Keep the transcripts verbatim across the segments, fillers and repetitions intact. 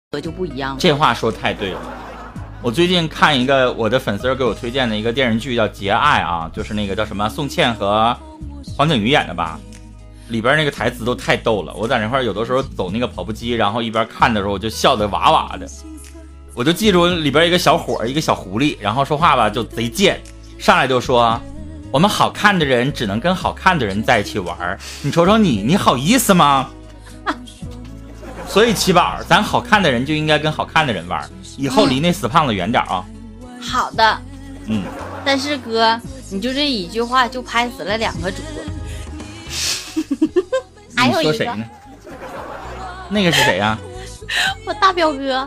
就不一样了。 这话说太对了。我最近看一个我的粉丝给我推荐的一个电视剧叫《节爱》啊，就是那个叫什么宋茜和黄景瑜演的吧，里边那个台词都太逗了。我在那块有的时候走那个跑步机，然后一边看的时候我就笑得哇哇的。我就记住里边一个小伙一个小狐狸，然后说话吧就贼贱，上来就说我们好看的人只能跟好看的人在一起玩，你瞅瞅你，你好意思吗？所以七宝，咱好看的人就应该跟好看的人玩，以后离那死胖子远点啊、 嗯。好的。 嗯。 但是哥，你就这一句话就拍死了两个主播。还有一个。 你说谁呢？那个是谁呀、啊？ 我大表哥。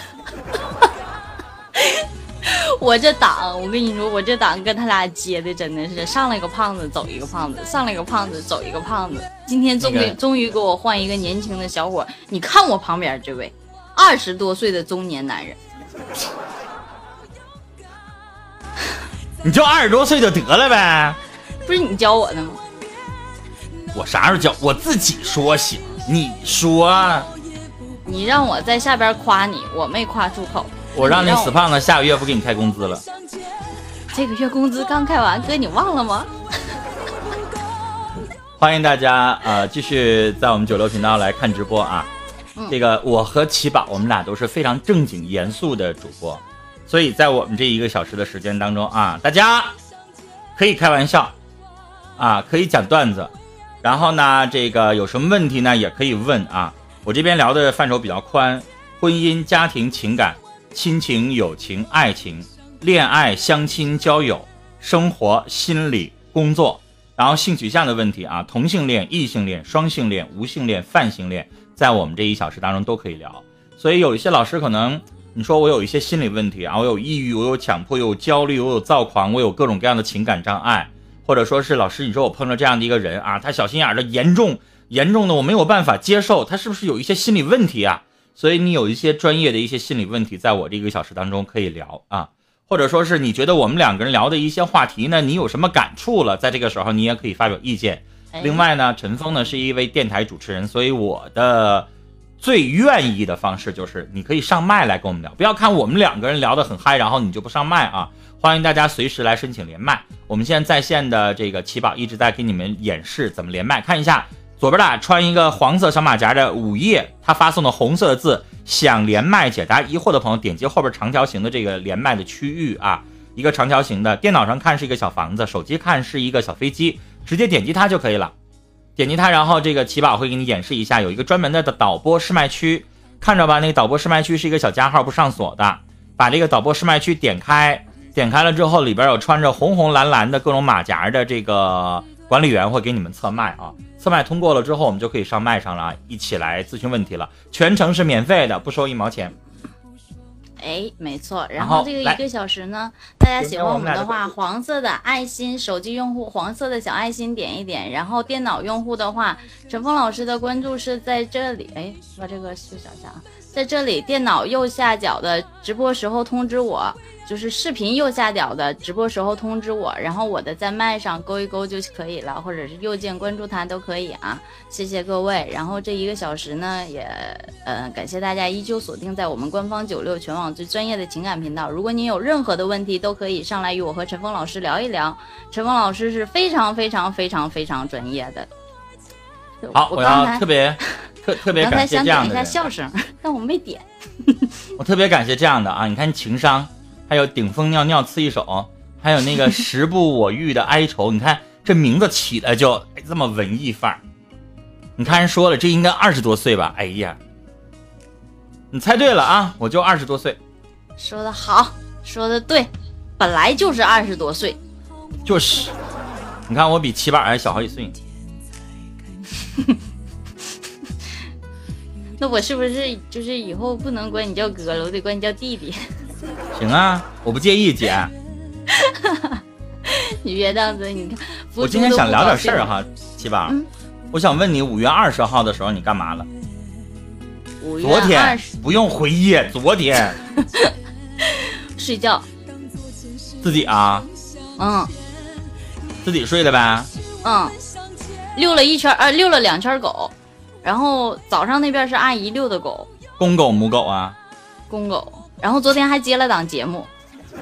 我这档，我跟你说，我这档跟他俩接的真的是上来一个胖子走一个胖子，上来一个胖子走一个胖子。今天终于、那个、终于给我换一个年轻的小伙。你看我旁边这位二十多岁的中年男人， 你就二十多岁就得了呗？ 不是你教我的吗？ 我啥时候教？我自己说行，你说。 你让我在下边夸你，我没夸出口。 我让那死胖子下个月不给你开工资了。 这个月工资刚开完，哥你忘了吗？ 欢迎大家呃继续在我们九六频道来看直播啊。嗯、这个我和奇宝我们俩都是非常正经严肃的主播，所以在我们这一个小时的时间当中啊，大家可以开玩笑啊，可以讲段子，然后呢这个有什么问题呢也可以问啊。我这边聊的范畴比较宽，婚姻、家庭、情感、亲情、友情、爱情、恋爱、相亲、交友、生活、心理、工作，然后性取向的问题啊，同性恋、异性恋、双性恋、无性恋、泛性恋，在我们这一小时当中都可以聊。所以有一些老师可能你说我有一些心理问题啊，我有抑郁，我有强迫，我有焦虑，我有躁狂，我有各种各样的情感障碍，或者说是老师你说我碰到这样的一个人啊，他小心眼的严重严重的我没有办法接受，他是不是有一些心理问题啊？所以你有一些专业的一些心理问题在我这一个小时当中可以聊啊，或者说是你觉得我们两个人聊的一些话题呢，你有什么感触了，在这个时候你也可以发表意见。另外呢，陈峰呢是一位电台主持人，所以我的最愿意的方式就是你可以上麦来跟我们聊，不要看我们两个人聊得很嗨然后你就不上麦啊，欢迎大家随时来申请连麦。我们现在在线的这个奇宝一直在给你们演示怎么连麦，看一下左边的穿一个黄色小马甲的午夜，他发送的红色的字想连麦解答疑惑的朋友，点击后边长条形的这个连麦的区域啊，一个长条形的，电脑上看是一个小房子，手机看是一个小飞机，直接点击它就可以了。点击它，然后这个奇宝会给你演示一下，有一个专门的导播试麦区，看着吧，那个导播试麦区是一个小加号不上锁的，把这个导播试麦区点开，点开了之后里边有穿着红红蓝蓝的各种马甲的这个管理员会给你们测麦啊，测麦通过了之后我们就可以上麦上了，一起来咨询问题了，全程是免费的，不收一毛钱。 哎，没错。然后这个一个小时呢，大家喜欢我们的话，黄色的爱心，手机用户黄色的小爱心点一点，然后电脑用户的话，陈峰老师的关注是在这里。哎，把这个缩小一下啊，在这里电脑右下角的直播时候通知我，就是视频右下角的直播时候通知我，然后我的在麦上勾一勾就可以了，或者是右键关注他都可以啊，谢谢各位。然后这一个小时呢，也呃感谢大家依旧锁定在我们官方九六全网最专业的情感频道。如果您有任何的问题，都可以上来与我和陈峰老师聊一聊，陈峰老师是非常非常非常非常专业的。 好，我要特别特特别感谢这样的人。 刚才想点一下笑声，但我没点。 我特别感谢这样的啊，你看情商。还有顶风尿尿刺一手，还有那个时不我遇的哀愁，你看这名字起来就这么文艺范儿。你看人说了，这应该二十多岁吧？哎呀，你猜对了啊，我就二十多岁。 说的好，说的对，本来就是二十多岁。 就是，你看我比七宝还小好几岁。 那我是不是就是以后不能管你叫哥了，我得管你叫弟弟？ 行啊，我不介意姐。 你别当真，你看我今天想聊点事儿哈，七宝、嗯、我想问你五月二十号的时候你干嘛了？昨天不用回忆，昨天睡觉。 自己啊？ 嗯， 自己睡的呗。 嗯，遛了一圈，呃，遛了两圈狗，然后早上那边是阿姨遛的狗。 公狗母狗啊？ 公狗。然后昨天还接了档节目。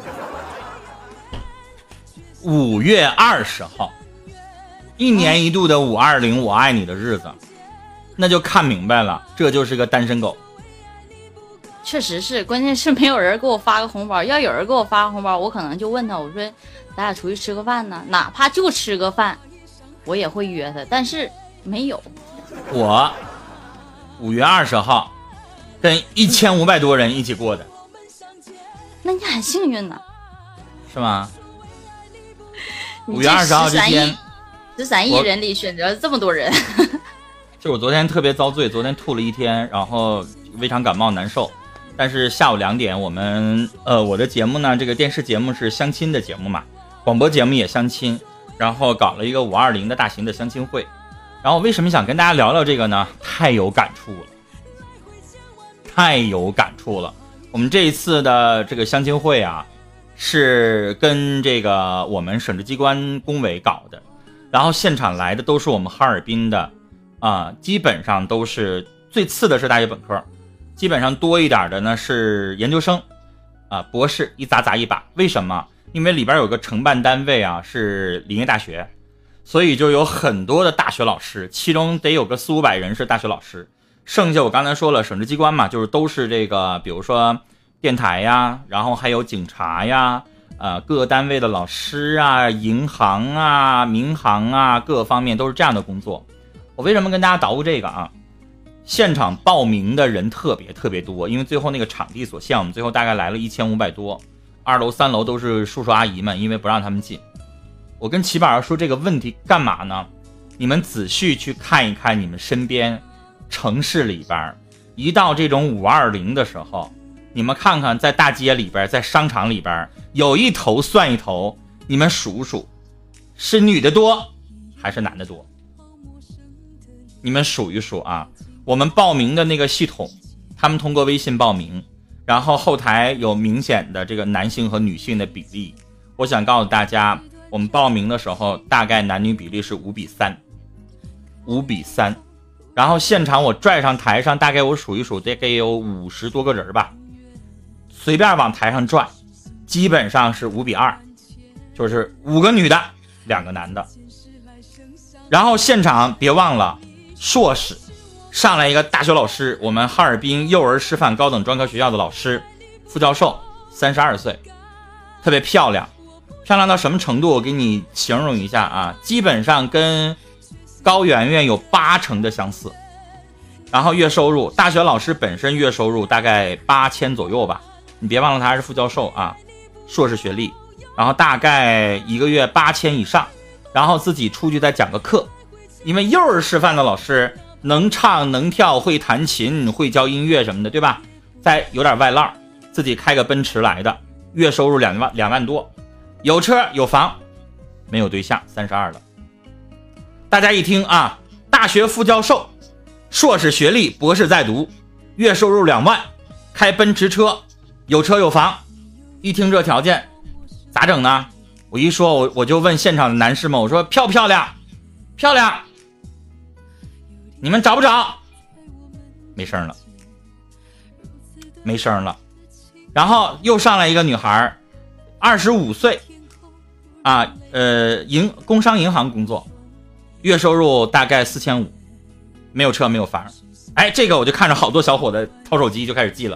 五月二十号，一年一度的五二零我爱你的日子，那就看明白了，这就是个单身狗。 确实是，关键是没有人给我发个红包，要有人给我发个红包，我可能就问他，我说咱俩出去吃个饭呢，哪怕就吃个饭，我也会约他，但是没有。 我五月二十号跟一千五百多人一起过的。 那你很幸运呢。 是吗？五月二十号这天， 十三亿人里选择了这么多人。 就我昨天特别遭罪，昨天吐了一天，然后胃肠感冒难受。但是下午两点，我们呃我的节目呢，这个电视节目是相亲的节目嘛，广播节目也相亲，然后搞了一个五二零的大型的相亲会。然后为什么想跟大家聊聊这个呢？太有感触了，太有感触了。我们这一次的这个相亲会啊，是跟这个我们省直机关工委搞的，然后现场来的都是我们哈尔滨的啊、呃，基本上都是最次的是大学本科，基本上多一点的呢是研究生啊、呃，博士一砸砸一把。为什么？因为里边有个承办单位啊是林业大学，所以就有很多的大学老师，其中得有个四五百人是大学老师，剩下我刚才说了省直机关嘛，就是都是这个比如说电台呀，然后还有警察呀，呃，各单位的老师啊，银行啊，民航啊，各方面都是这样的工作。我为什么跟大家捣鼓这个啊？现场报名的人特别特别多，因为最后那个场地所限，我们最后大概来了一千五百多，二楼三楼都是叔叔阿姨们，因为不让他们进。我跟齐宝说这个问题干嘛呢？你们仔细去看一看你们身边城市里边，一到这种五二零的时候，你们看看在大街里边，在商场里边，有一头算一头，你们数数，是女的多还是男的多？你们数一数啊。我们报名的那个系统，他们通过微信报名，然后后台有明显的这个男性和女性的比例。我想告诉大家，我们报名的时候大概男女比例是五比三，五比三。然后现场我拽上台上，大概我数一数，大概有五十多个人吧，随便往台上拽，基本上是五比二，就是五个女的，两个男的。然后现场别忘了，硕士上来一个大学老师，我们哈尔滨幼儿师范高等专科学校的老师，副教授，三十二岁，特别漂亮，漂亮到什么程度？我给你形容一下啊，基本上跟高圆圆有八成的相似。然后月收入，大学老师本身月收入大概八千左右吧，你别忘了他还是副教授啊，硕士学历，然后大概一个月八千以上，然后自己出去再讲个课，因为幼儿师范的老师能唱能跳会弹琴会教音乐什么的，对吧？再有点外落，自己开个奔驰来的，月收入两万两万多，有车有房，没有对象，三十二了。大家一听啊，大学副教授，硕士学历，博士在读，月收入两万，开奔驰车，有车有房，一听这条件咋整呢？我一说我我就问现场的男士们，我说漂不漂亮？漂亮。你们找不找？没声了，没声了。然后又上来一个女孩，二十五岁，啊，呃，银工商银行工作，月收入大概四千五，没有车没有房。哎，这个我就看着好多小伙子掏手机就开始记了。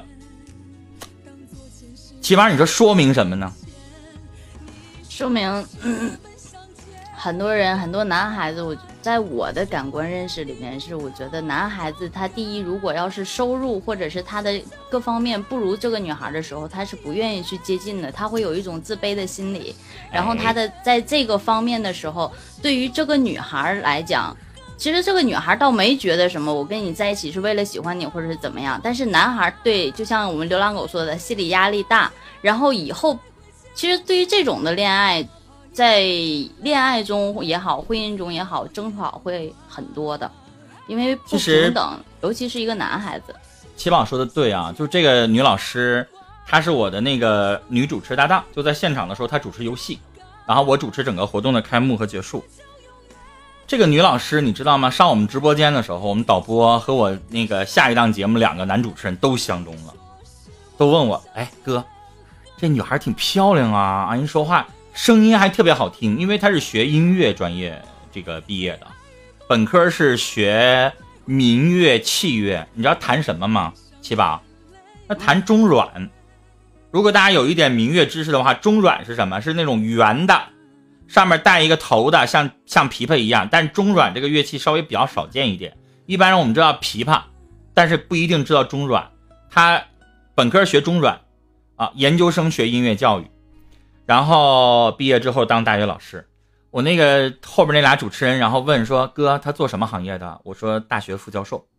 起码你说说明什么呢？ 说明、嗯、很多人很多男孩子，我在我的感官认识里面是，我觉得男孩子他第一，如果要是收入或者是他的各方面不如这个女孩的时候，他是不愿意去接近的，他会有一种自卑的心理。然后他的在这个方面的时候，对于这个女孩来讲，其实这个女孩倒没觉得什么，我跟你在一起是为了喜欢你或者是怎么样，但是男孩对，就像我们流浪狗说的，心理压力大，然后以后其实对于这种的恋爱，在恋爱中也好，婚姻中也好，争吵会很多的，因为不平等，尤其是一个男孩子。 齐宝说的对啊，就这个女老师，她是我的那个女主持搭档，就在现场的时候她主持游戏，然后我主持整个活动的开幕和结束。 这个女老师你知道吗？上我们直播间的时候，我们导播和我那个下一档节目两个男主持人都相中了，都问我，哎哥，这女孩挺漂亮啊，啊，人说话声音还特别好听，因为她是学音乐专业这个毕业的，本科是学民乐器乐，你知道弹什么吗？七宝，那弹中阮。如果大家有一点民乐知识的话，中阮是什么？是那种圆的，上面带一个头的，像像琵琶一样，但中阮这个乐器稍微比较少见一点。一般人我们知道琵琶，但是不一定知道中阮。他本科学中阮啊，研究生学音乐教育，然后毕业之后当大学老师。我那个后边那俩主持人然后问说，哥他做什么行业的？我说大学副教授。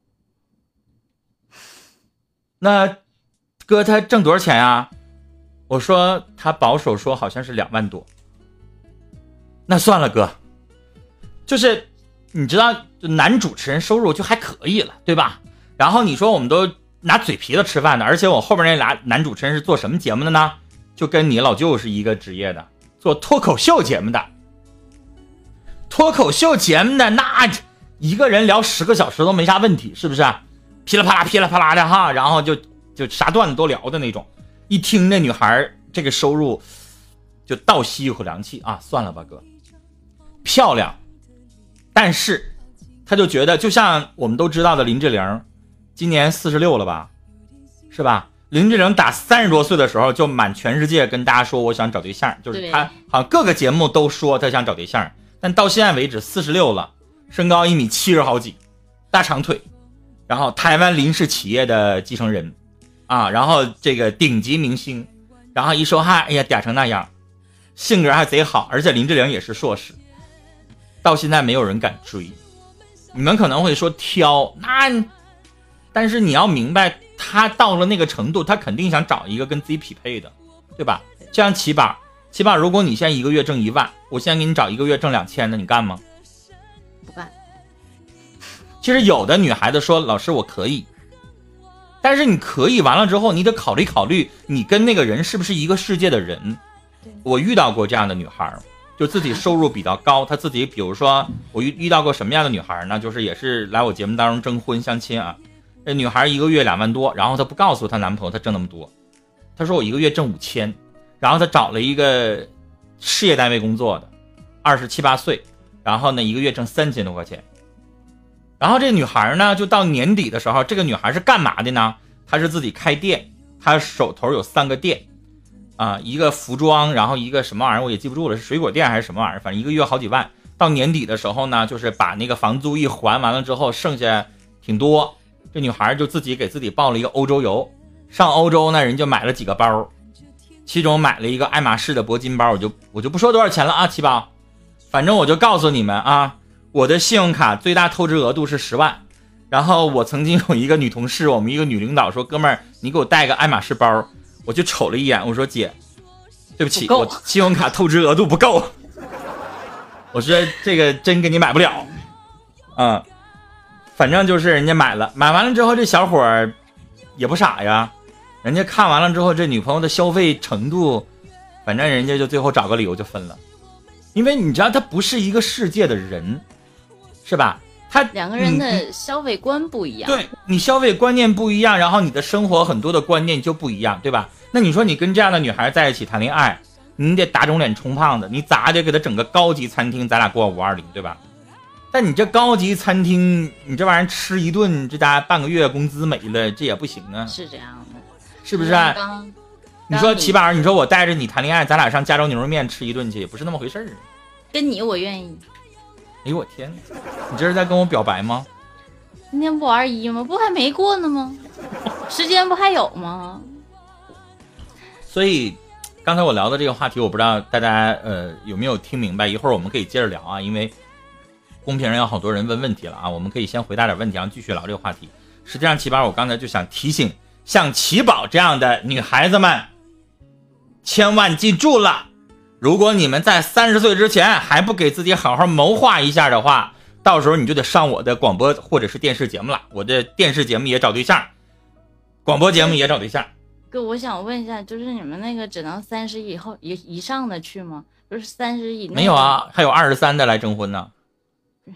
那哥他挣多少钱啊？我说他保守说好像是两万多。那算了哥，就是你知道男主持人收入就还可以了对吧？然后你说我们都拿嘴皮子吃饭的，而且我后边那俩男主持人是做什么节目的呢？就跟你老舅是一个职业的，做脱口秀节目的。脱口秀节目的那一个人聊十个小时都没啥问题，是不是？噼里啪啦噼里啪啦的哈，然后就就啥段子都聊的那种。一听那女孩这个收入就倒吸一口凉气啊，算了吧哥，漂亮，但是他就觉得就像我们都知道的林志玲，今年四十六了吧，是吧？林志玲打三十多岁的时候就满全世界跟大家说我想找对象，就是她好像各个节目都说她想找对象，但到现在为止四十六了，身高一米七十好几，大长腿，然后台湾林氏企业的继承人啊，然后这个顶级明星，然后一说话哎呀嗲成那样，性格还贼好，而且林志玲也是硕士，到现在没有人敢追。你们可能会说挑，那但是你要明白他到了那个程度，他肯定想找一个跟自己匹配的，对吧？就像齐宝，齐宝，如果你现在一个月挣一万，我现在给你找一个月挣两千的，你干吗？ 不干。 其实有的女孩子说，老师我可以，但是你可以完了之后，你得考虑考虑，你跟那个人是不是一个世界的人。我遇到过这样的女孩，就自己收入比较高，她自己比如说我遇遇到过什么样的女孩呢？就是也是来我节目当中征婚相亲啊。这女孩一个月两万多，然后她不告诉她男朋友她挣那么多，她说我一个月挣五千，然后她找了一个事业单位工作的，二十七八岁，然后呢一个月挣三千多块钱。然后这女孩呢，就到年底的时候，这个女孩是干嘛的呢？她是自己开店，她手头有三个店，啊、呃，一个服装，然后一个什么玩意儿我也记不住了，是水果店还是什么玩意儿，反正一个月好几万。到年底的时候呢，就是把那个房租一还完了之后，剩下挺多。这女孩就自己给自己报了一个欧洲游，上欧洲呢，人就买了几个包，其中买了一个爱马仕的铂金包，我就我就不说多少钱了啊，七宝，反正我就告诉你们啊，我的信用卡最大透支额度是十万。然后我曾经有一个女同事，我们一个女领导说，哥们儿，你给我带个爱马仕包，我就瞅了一眼，我说姐，对不起，我信用卡透支额度不够，我说这个真给你买不了，嗯。反正就是人家买了，买完了之后这小伙儿也不傻呀，人家看完了之后这女朋友的消费程度，反正人家就最后找个理由就分了。因为你知道他不是一个世界的人，是吧？他两个人的消费观不一样， 对，你消费观念不一样，然后你的生活很多的观念就不一样，对吧？那你说你跟这样的女孩在一起谈恋爱，你得打肿脸充胖子，你咋得给她整个高级餐厅，咱俩过五二零，对吧？但你这高级餐厅，你这玩意儿吃一顿，这家半个月工资没了，这也不行啊。 是这样的， 是不是、啊？你说齐宝，你说我带着你谈恋爱，咱俩上加州牛肉面吃一顿去，也不是那么回事儿。 跟你我愿意。 哎呦我天，你这是在跟我表白吗？ 今天不二一吗？不还没过呢吗？时间不还有吗？ 所以，刚才我聊的这个话题，我不知道大家呃有没有听明白？一会儿我们可以接着聊啊，因为公屏上有好多人问问题了啊，我们可以先回答点问题，然后继续聊这个话题。实际上，齐宝，我刚才就想提醒像齐宝这样的女孩子们，千万记住了，如果你们在三十岁之前还不给自己好好谋划一下的话，到时候你就得上我的广播或者是电视节目了。我的电视节目也找对象，广播节目也找对象。 哥，我想问一下，就是你们那个只能三十以后以以上的去吗？不是三十以内？ 没有啊，还有二十三的来征婚呢。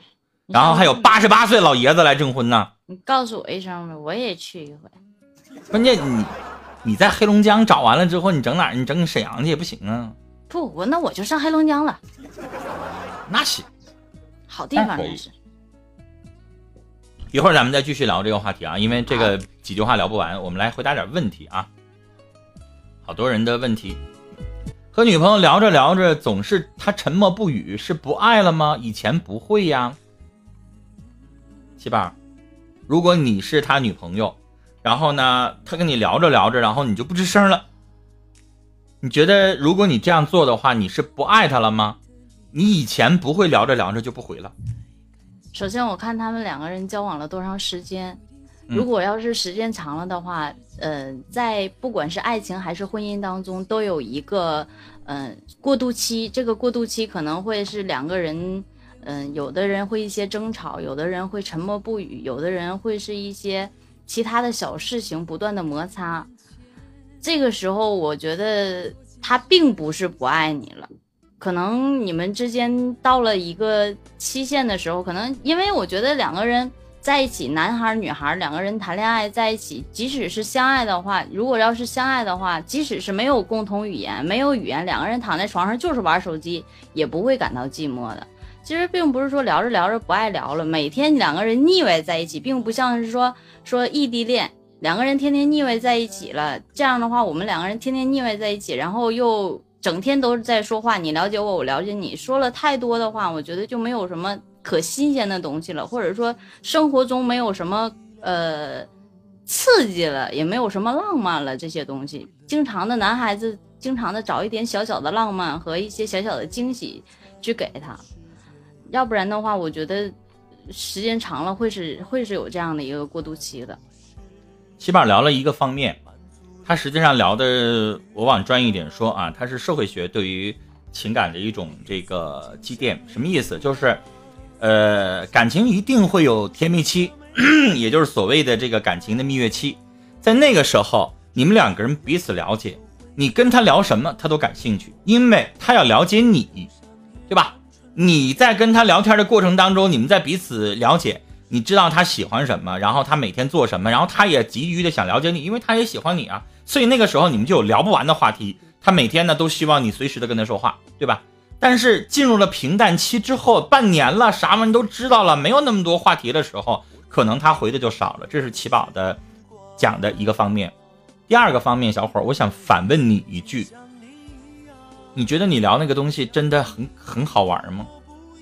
然后还有八十八岁老爷子来证婚呢。 你告诉我一声呗，我也去一回。 关键你你在黑龙江找完了之后，你整哪儿？你整沈阳去也不行啊。 不，我那我就上黑龙江了。 那行， 好地方那是。 一会儿咱们再继续聊这个话题啊，因为这个几句话聊不完，我们来回答点问题啊。好多人的问题，和女朋友聊着聊着，总是她沉默不语，是不爱了吗？以前不会呀。七宝，如果你是他女朋友，然后呢，他跟你聊着聊着，然后你就不吱声了，你觉得如果你这样做的话，你是不爱他了吗？你以前不会聊着聊着就不回了。 首先我看他们两个人交往了多长时间，如果要是时间长了的话，呃，在不管是爱情还是婚姻当中，都有一个呃过渡期。这个过渡期可能会是两个人，嗯、呃，有的人会一些争吵，有的人会沉默不语，有的人会是一些其他的小事情不断的摩擦。这个时候，我觉得他并不是不爱你了。可能你们之间到了一个期限的时候，可能因为我觉得两个人在一起，男孩女孩两个人谈恋爱在一起，即使是相爱的话，如果要是相爱的话，即使是没有共同语言，没有语言，两个人躺在床上就是玩手机，也不会感到寂寞的。其实并不是说聊着聊着不爱聊了，每天两个人腻歪在一起，并不像是说说异地恋，两个人天天腻歪在一起了。这样的话，我们两个人天天腻歪在一起，然后又整天都是在说话，你了解我，我了解你，说了太多的话，我觉得就没有什么可新鲜的东西了，或者说生活中没有什么呃刺激了，也没有什么浪漫了，这些东西。经常的男孩子经常的找一点小小的浪漫和一些小小的惊喜去给他，要不然的话，我觉得时间长了会是会是有这样的一个过渡期的。 起码聊了一个方面，他实际上聊的，我往专业一点说啊，他是社会学对于情感的一种这个积淀。什么意思？就是呃，感情一定会有甜蜜期，也就是所谓的这个感情的蜜月期。在那个时候，你们两个人彼此了解，你跟他聊什么他都感兴趣，因为他要了解你，对吧？你在跟他聊天的过程当中，你们在彼此了解，你知道他喜欢什么，然后他每天做什么，然后他也急于的想了解你，因为他也喜欢你啊，所以那个时候你们就有聊不完的话题。他每天呢都希望你随时的跟他说话，对吧？但是进入了平淡期之后，半年了，啥玩意都知道了，没有那么多话题的时候，可能他回的就少了。这是奇宝的讲的一个方面。第二个方面，小伙儿，我想反问你一句，你觉得你聊那个东西真的很很好玩吗？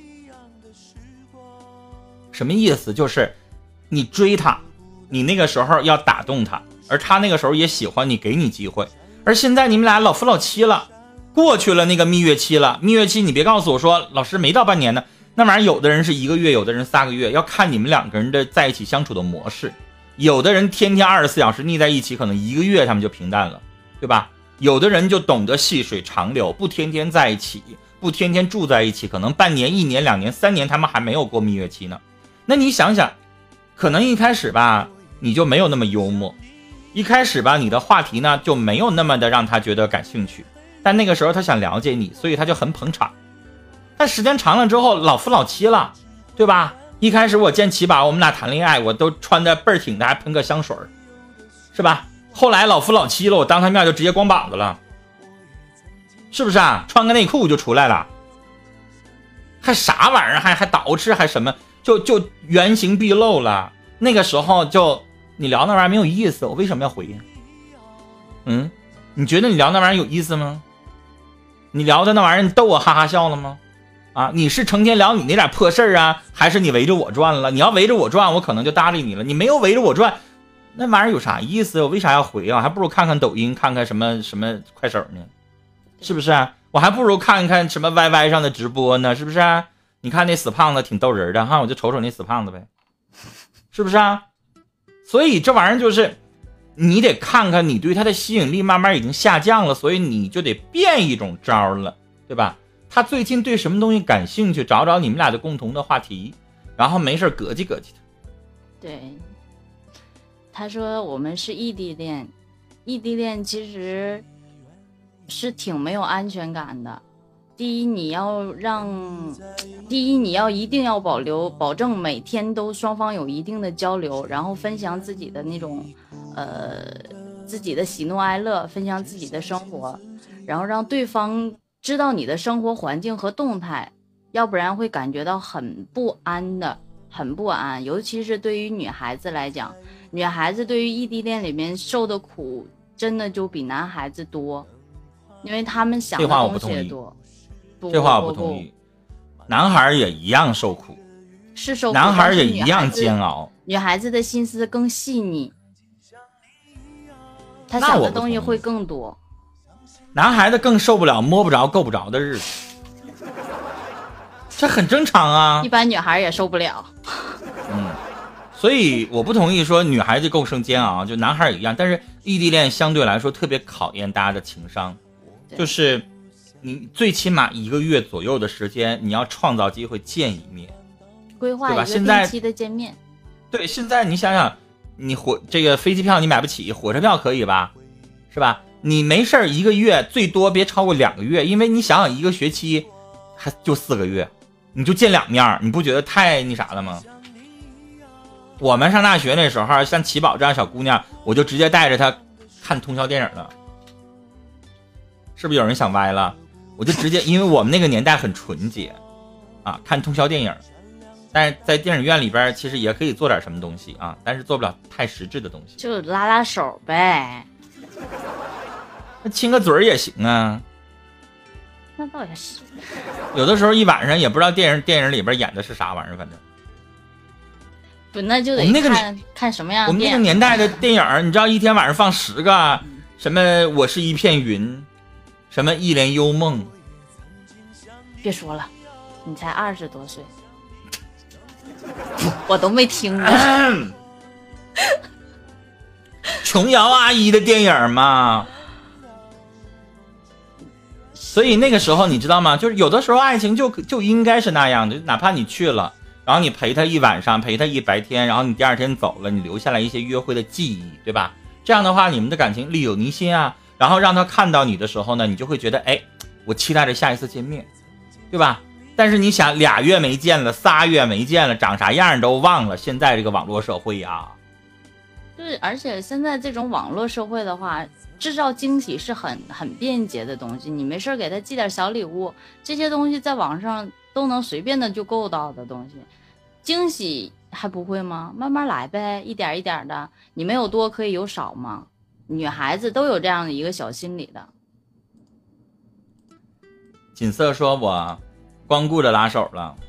什么意思？就是你追他，你那个时候要打动他，而他那个时候也喜欢你，给你机会。而现在你们俩老夫老妻了，过去了那个蜜月期了。蜜月期你别告诉我说老师没到半年呢，那玩意儿有的人是一个月，有的人仨个月，要看你们两个人的在一起相处的模式。有的人天天二十四小时腻在一起，可能一个月他们就平淡了，对吧？有的人就懂得细水长流，不天天在一起，不天天住在一起，可能半年、一年、两年、三年，他们还没有过蜜月期呢。那你想想，可能一开始吧，你就没有那么幽默，一开始吧，你的话题呢就没有那么的让他觉得感兴趣，但那个时候他想了解你，所以他就很捧场。但时间长了之后，老夫老妻了，对吧？一开始我见齐宝，我们俩谈恋爱，我都穿的倍儿挺的，还喷个香水，是吧？后来老夫老妻了，我当他面就直接光膀子了，是不是啊？穿个内裤就出来了，还啥玩意儿？还还捯饬，还什么？就就原形毕露了。那个时候就你聊那玩意儿没有意思，我为什么要回呀？嗯，你觉得你聊那玩意儿有意思吗？你聊的那玩意儿，你逗我哈哈笑了吗？啊，你是成天聊你那点破事儿啊，还是你围着我转了？你要围着我转，我可能就搭理你了。你没有围着我转，那玩意儿有啥意思？我为啥要回啊？还不如看看抖音，看看什么什么快手呢，是不是啊？我还不如看看什么 Y Y 上的直播呢，是不是啊？你看那死胖子挺逗人的哈，我就瞅瞅那死胖子呗，是不是啊？所以这玩意儿就是你得看看你对他的吸引力慢慢已经下降了，所以你就得变一种招了，对吧？他最近对什么东西感兴趣，找找你们俩的共同的话题，然后没事膈叽膈叽他。 对，他说我们是异地恋，异地恋其实是挺没有安全感的。 第一你要让，第一你要一定要保留，保证每天都双方有一定的交流，然后分享自己的那种，呃，自己的喜怒哀乐，分享自己的生活，然后让对方知道你的生活环境和动态，要不然会感觉到很不安的，很不安。尤其是对于女孩子来讲，女孩子对于异地恋里面受的苦，真的就比男孩子多，因为他们想的东西也多。 这话我不同意，男孩也一样受苦， 是受苦， 男孩也一样煎熬。 女孩子的心思更细腻，他想的东西会更多。 男孩子更受不了摸不着够不着的日子，这很正常啊。 一般女孩也受不了。 嗯，所以我不同意说女孩子更受煎熬，就男孩也一样。但是异地恋相对来说特别考验大家的情商，就是你最起码一个月左右的时间，你要创造机会见一面， 规划一个定期的见面。 对，现在你想想，你火这个飞机票你买不起，火车票可以吧？是吧？你没事一个月最多别超过两个月，因为你想想一个学期还就四个月，你就见两面，你不觉得太那啥了吗？我们上大学那时候，像齐宝这样小姑娘，我就直接带着她看通宵电影了，是不是有人想歪了？我就直接，因为我们那个年代很纯洁啊，看通宵电影，但是在电影院里边其实也可以做点什么东西啊，但是做不了太实质的东西， 就拉拉手呗， 那亲个嘴儿也行啊。 那倒也是， 有的时候一晚上也不知道电影电影里边演的是啥玩意儿，反正不那就得看、那个、看什么样的电影。 我们那个年代的电影，你知道一天晚上放十个，什么我是一片云，什么一帘幽梦。 别说了，你才二十多岁，我都没听过。 琼瑶阿姨的电影嘛。所以那个时候你知道吗？就是有的时候爱情就就应该是那样的，哪怕你去了，然后你陪他一晚上，陪他一白天，然后你第二天走了，你留下来一些约会的记忆，对吧？这样的话你们的感情历久弥新啊。然后让他看到你的时候呢，你就会觉得，哎，我期待着下一次见面，对吧？但是你想，俩月没见了，仨月没见了，长啥样都忘了。现在这个网络社会啊， 对，而且现在这种网络社会的话，制造惊喜是很很便捷的东西。你没事给他寄点小礼物，这些东西在网上都能随便的就够到的东西。惊喜还不会吗？慢慢来呗，一点一点的。你没有多可以有少吗？女孩子都有这样的一个小心理的。 锦瑟说我光顾着拉手了，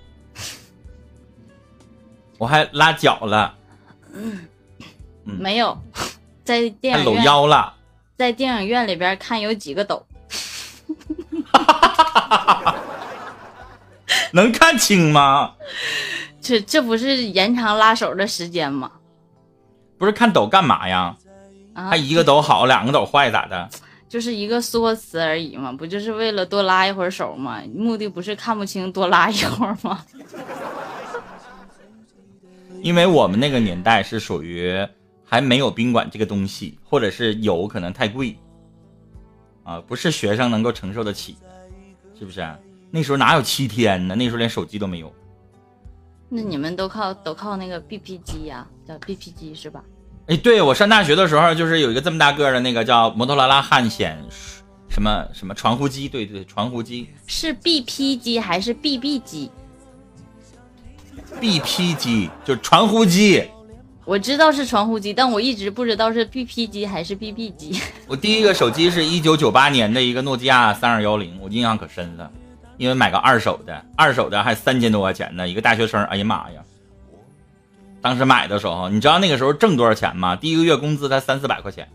我还拉脚了。 嗯，没有，在电影院搂腰了， 在电影院里边看有几个抖。 能看清吗？ 这这不是延长拉手的时间吗？ 不是看抖干嘛呀？他一个抖好，两个抖坏咋的？ 就是一个说辞而已嘛，不就是为了多拉一会儿手吗？目的不是看不清多拉一会儿吗？ 因为我们那个年代是属于还没有宾馆这个东西，或者是有可能太贵啊，不是学生能够承受得起，是不是？那时候哪有七天呢？那时候连手机都没有。 那你们都靠都靠那个 B P 机呀、啊，叫 B P 机是吧？ 哎，对，我上大学的时候就是有一个这么大个的那个叫摩托罗拉汉显什么什么传呼机，对对，传呼机是 B P 机还是 B B 机 ？B P 机就是传呼机。 我知道是传呼机，但我一直不知道是 B P 机还是 B B 机。 我第一个手机是一九九八年的一个诺基亚三二一零，我印象可深了，因为买个二手的，二手的还三千多块钱呢，一个大学生，哎呀妈呀！当时买的时候，你知道那个时候挣多少钱吗？第一个月工资才三四百块钱。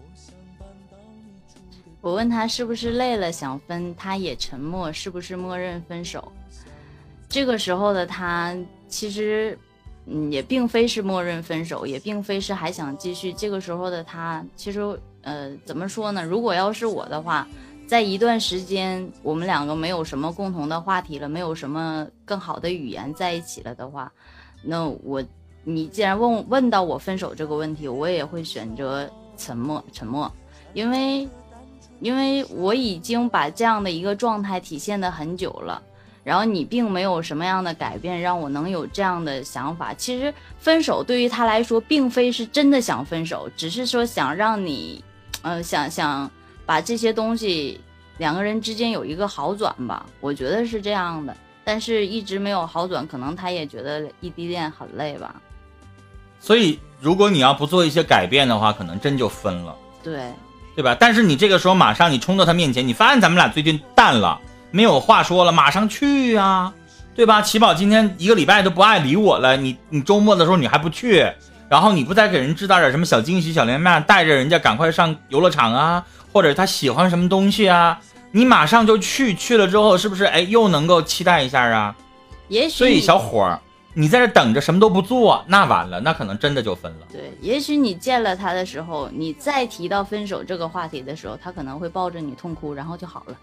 我问他是不是累了想分，他也沉默，是不是默认分手？这个时候的他其实嗯也并非是默认分手，也并非是还想继续。这个时候的他其实呃怎么说呢，如果要是我的话，在一段时间我们两个没有什么共同的话题了，没有什么更好的语言在一起了的话，那我你既然问问到我分手这个问题，我也会选择沉默沉默，因为因为我已经把这样的一个状态体现得很久了，然后你并没有什么样的改变让我能有这样的想法。其实分手对于他来说并非是真的想分手，只是说想让你呃，想想把这些东西两个人之间有一个好转吧，我觉得是这样的。但是一直没有好转，可能他也觉得异地恋很累吧。 所以如果你要不做一些改变的话，可能真就分了。 对对吧？但是你这个时候马上你冲到他面前，你发现咱们俩最近淡了，没有话说了，马上去啊，对吧？奇宝今天一个礼拜都不爱理我了，你你周末的时候你还不去，然后你不再给人制造点什么小惊喜小连麦，带着人家赶快上游乐场啊，或者他喜欢什么东西啊，你马上就去，去了之后是不是哎又能够期待一下啊？ 也许所以小伙你在这等着什么都不做，那完了，那可能真的就分了。 对，也许你见了他的时候，你再提到分手这个话题的时候，他可能会抱着你痛哭，然后就好了。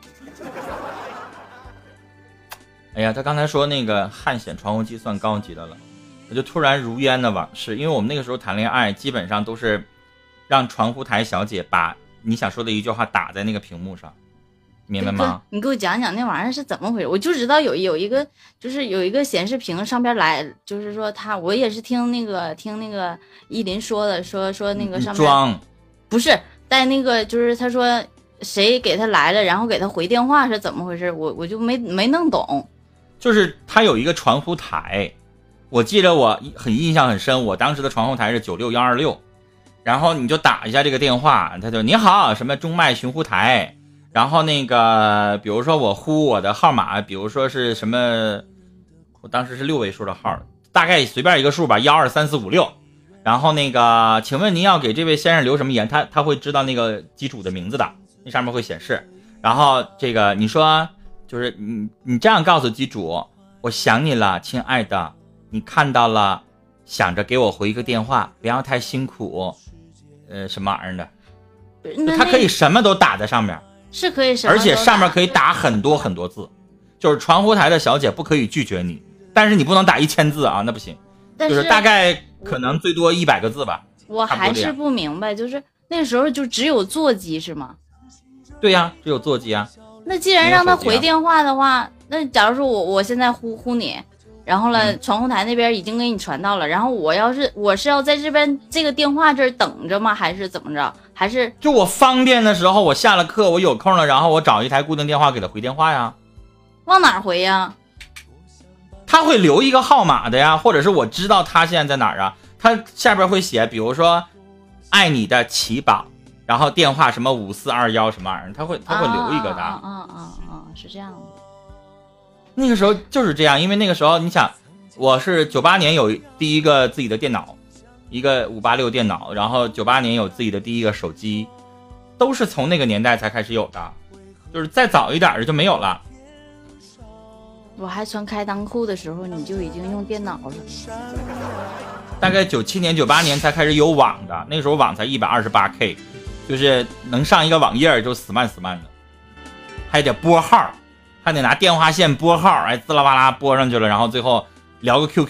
哎呀，他刚才说那个汉显传呼机算高级的了，我就突然如烟的往事，因为我们那个时候谈恋爱基本上都是让传呼台小姐把你想说的一句话打在那个屏幕上，明白吗？ 你给我讲讲那玩意儿是怎么回事？我就知道有有一个，就是有一个显示屏上边来，就是说他，我也是听那个听那个依林说的，说说那个上面装不是带那个，就是他说谁给他来了，然后给他回电话是怎么回事？我我就没没弄懂。 就是他有一个传呼台，我记得我很印象很深，我当时的传呼台是九六一二六，然后你就打一下这个电话，他就你好什么中麦寻呼台。然后那个比如说我呼我的号码，比如说是什么，我当时是六位数的号，大概随便一个数吧，一二三四五六。然后那个请问您要给这位先生留什么言，他他会知道那个机主的名字的，那上面会显示。然后这个你说就是你你这样告诉机主，我想你了亲爱的，你看到了想着给我回一个电话，不要太辛苦，呃什么玩意儿的，他可以什么都打在上面， 是可以什么， 而且上面可以打很多很多字，就是传呼台的小姐不可以拒绝你，但是你不能打一千字啊，那不行，就是大概可能最多一百个字吧。 我还是不明白，就是那时候就只有座机是吗？ 对呀、啊，只有座机啊。 那既然让他回电话的话，啊、那假如说我我现在呼呼你，然后呢，传呼台那边已经给你传到了，然后我要是我是要在这边这个电话这儿等着吗？还是怎么着？还是就我方便的时候，我下了课我有空了，然后我找一台固定电话给他回电话呀。 往哪回呀？ 他会留一个号码的呀，或者是我知道他现在在哪儿啊，他下边会写，比如说爱你的奇宝，然后电话什么五四二幺什么玩意儿，他会他会留一个的。 啊啊啊啊！是这样的。 那个时候就是这样，因为那个时候你想，我是九八年有第一个自己的电脑，一个五八六电脑，然后九八年有自己的第一个手机，都是从那个年代才开始有的，就是再早一点的就没有了。 我还穿开裆裤的时候，你就已经用电脑了。 大概九七年、九八年才开始有网的，那个时候网才一百二十八 K， 就是能上一个网页就死慢死慢的，还得拨号，还得拿电话线拨号，哎，滋啦哇啦拨上去了，然后最后聊个 Q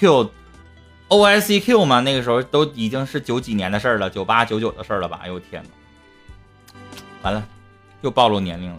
Q。O I C Q 嘛，那个时候都已经是九几年的事儿了，九八九九的事儿了吧？哎呦天哪！完了，又暴露年龄了。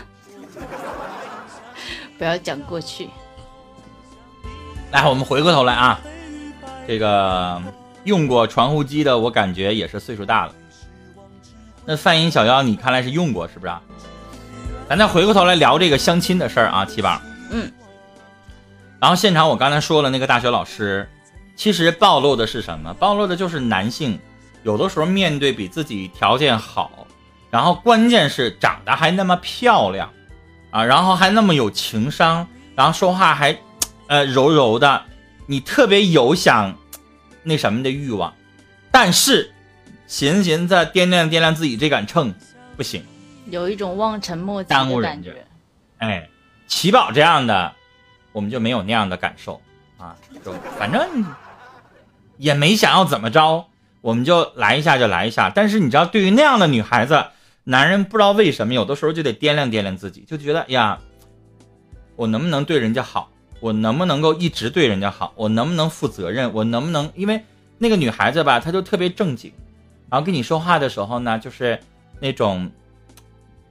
不要讲过去。 来，我们回过头来啊，这个用过传呼机的，我感觉也是岁数大了。那范音小妖，你看来是用过是不是啊？咱再回过头来聊这个相亲的事儿啊，七宝。 嗯。 然后现场我刚才说了那个大学老师。其实暴露的是什么？暴露的就是男性有的时候面对比自己条件好，然后关键是长得还那么漂亮啊，然后还那么有情商，然后说话还呃柔柔的，你特别有想那什么的欲望，但是寻思寻思掂量掂量自己这杆秤不行， 有一种望尘莫及的感觉。 哎，奇宝这样的我们就没有那样的感受啊，就反正也没想要怎么着，我们就来一下就来一下。但是你知道，对于那样的女孩子，男人不知道为什么有的时候就得掂量掂量自己，就觉得呀，我能不能对人家好，我能不能够一直对人家好，我能不能负责任，我能不能，因为那个女孩子吧，她就特别正经，然后跟你说话的时候呢，就是那种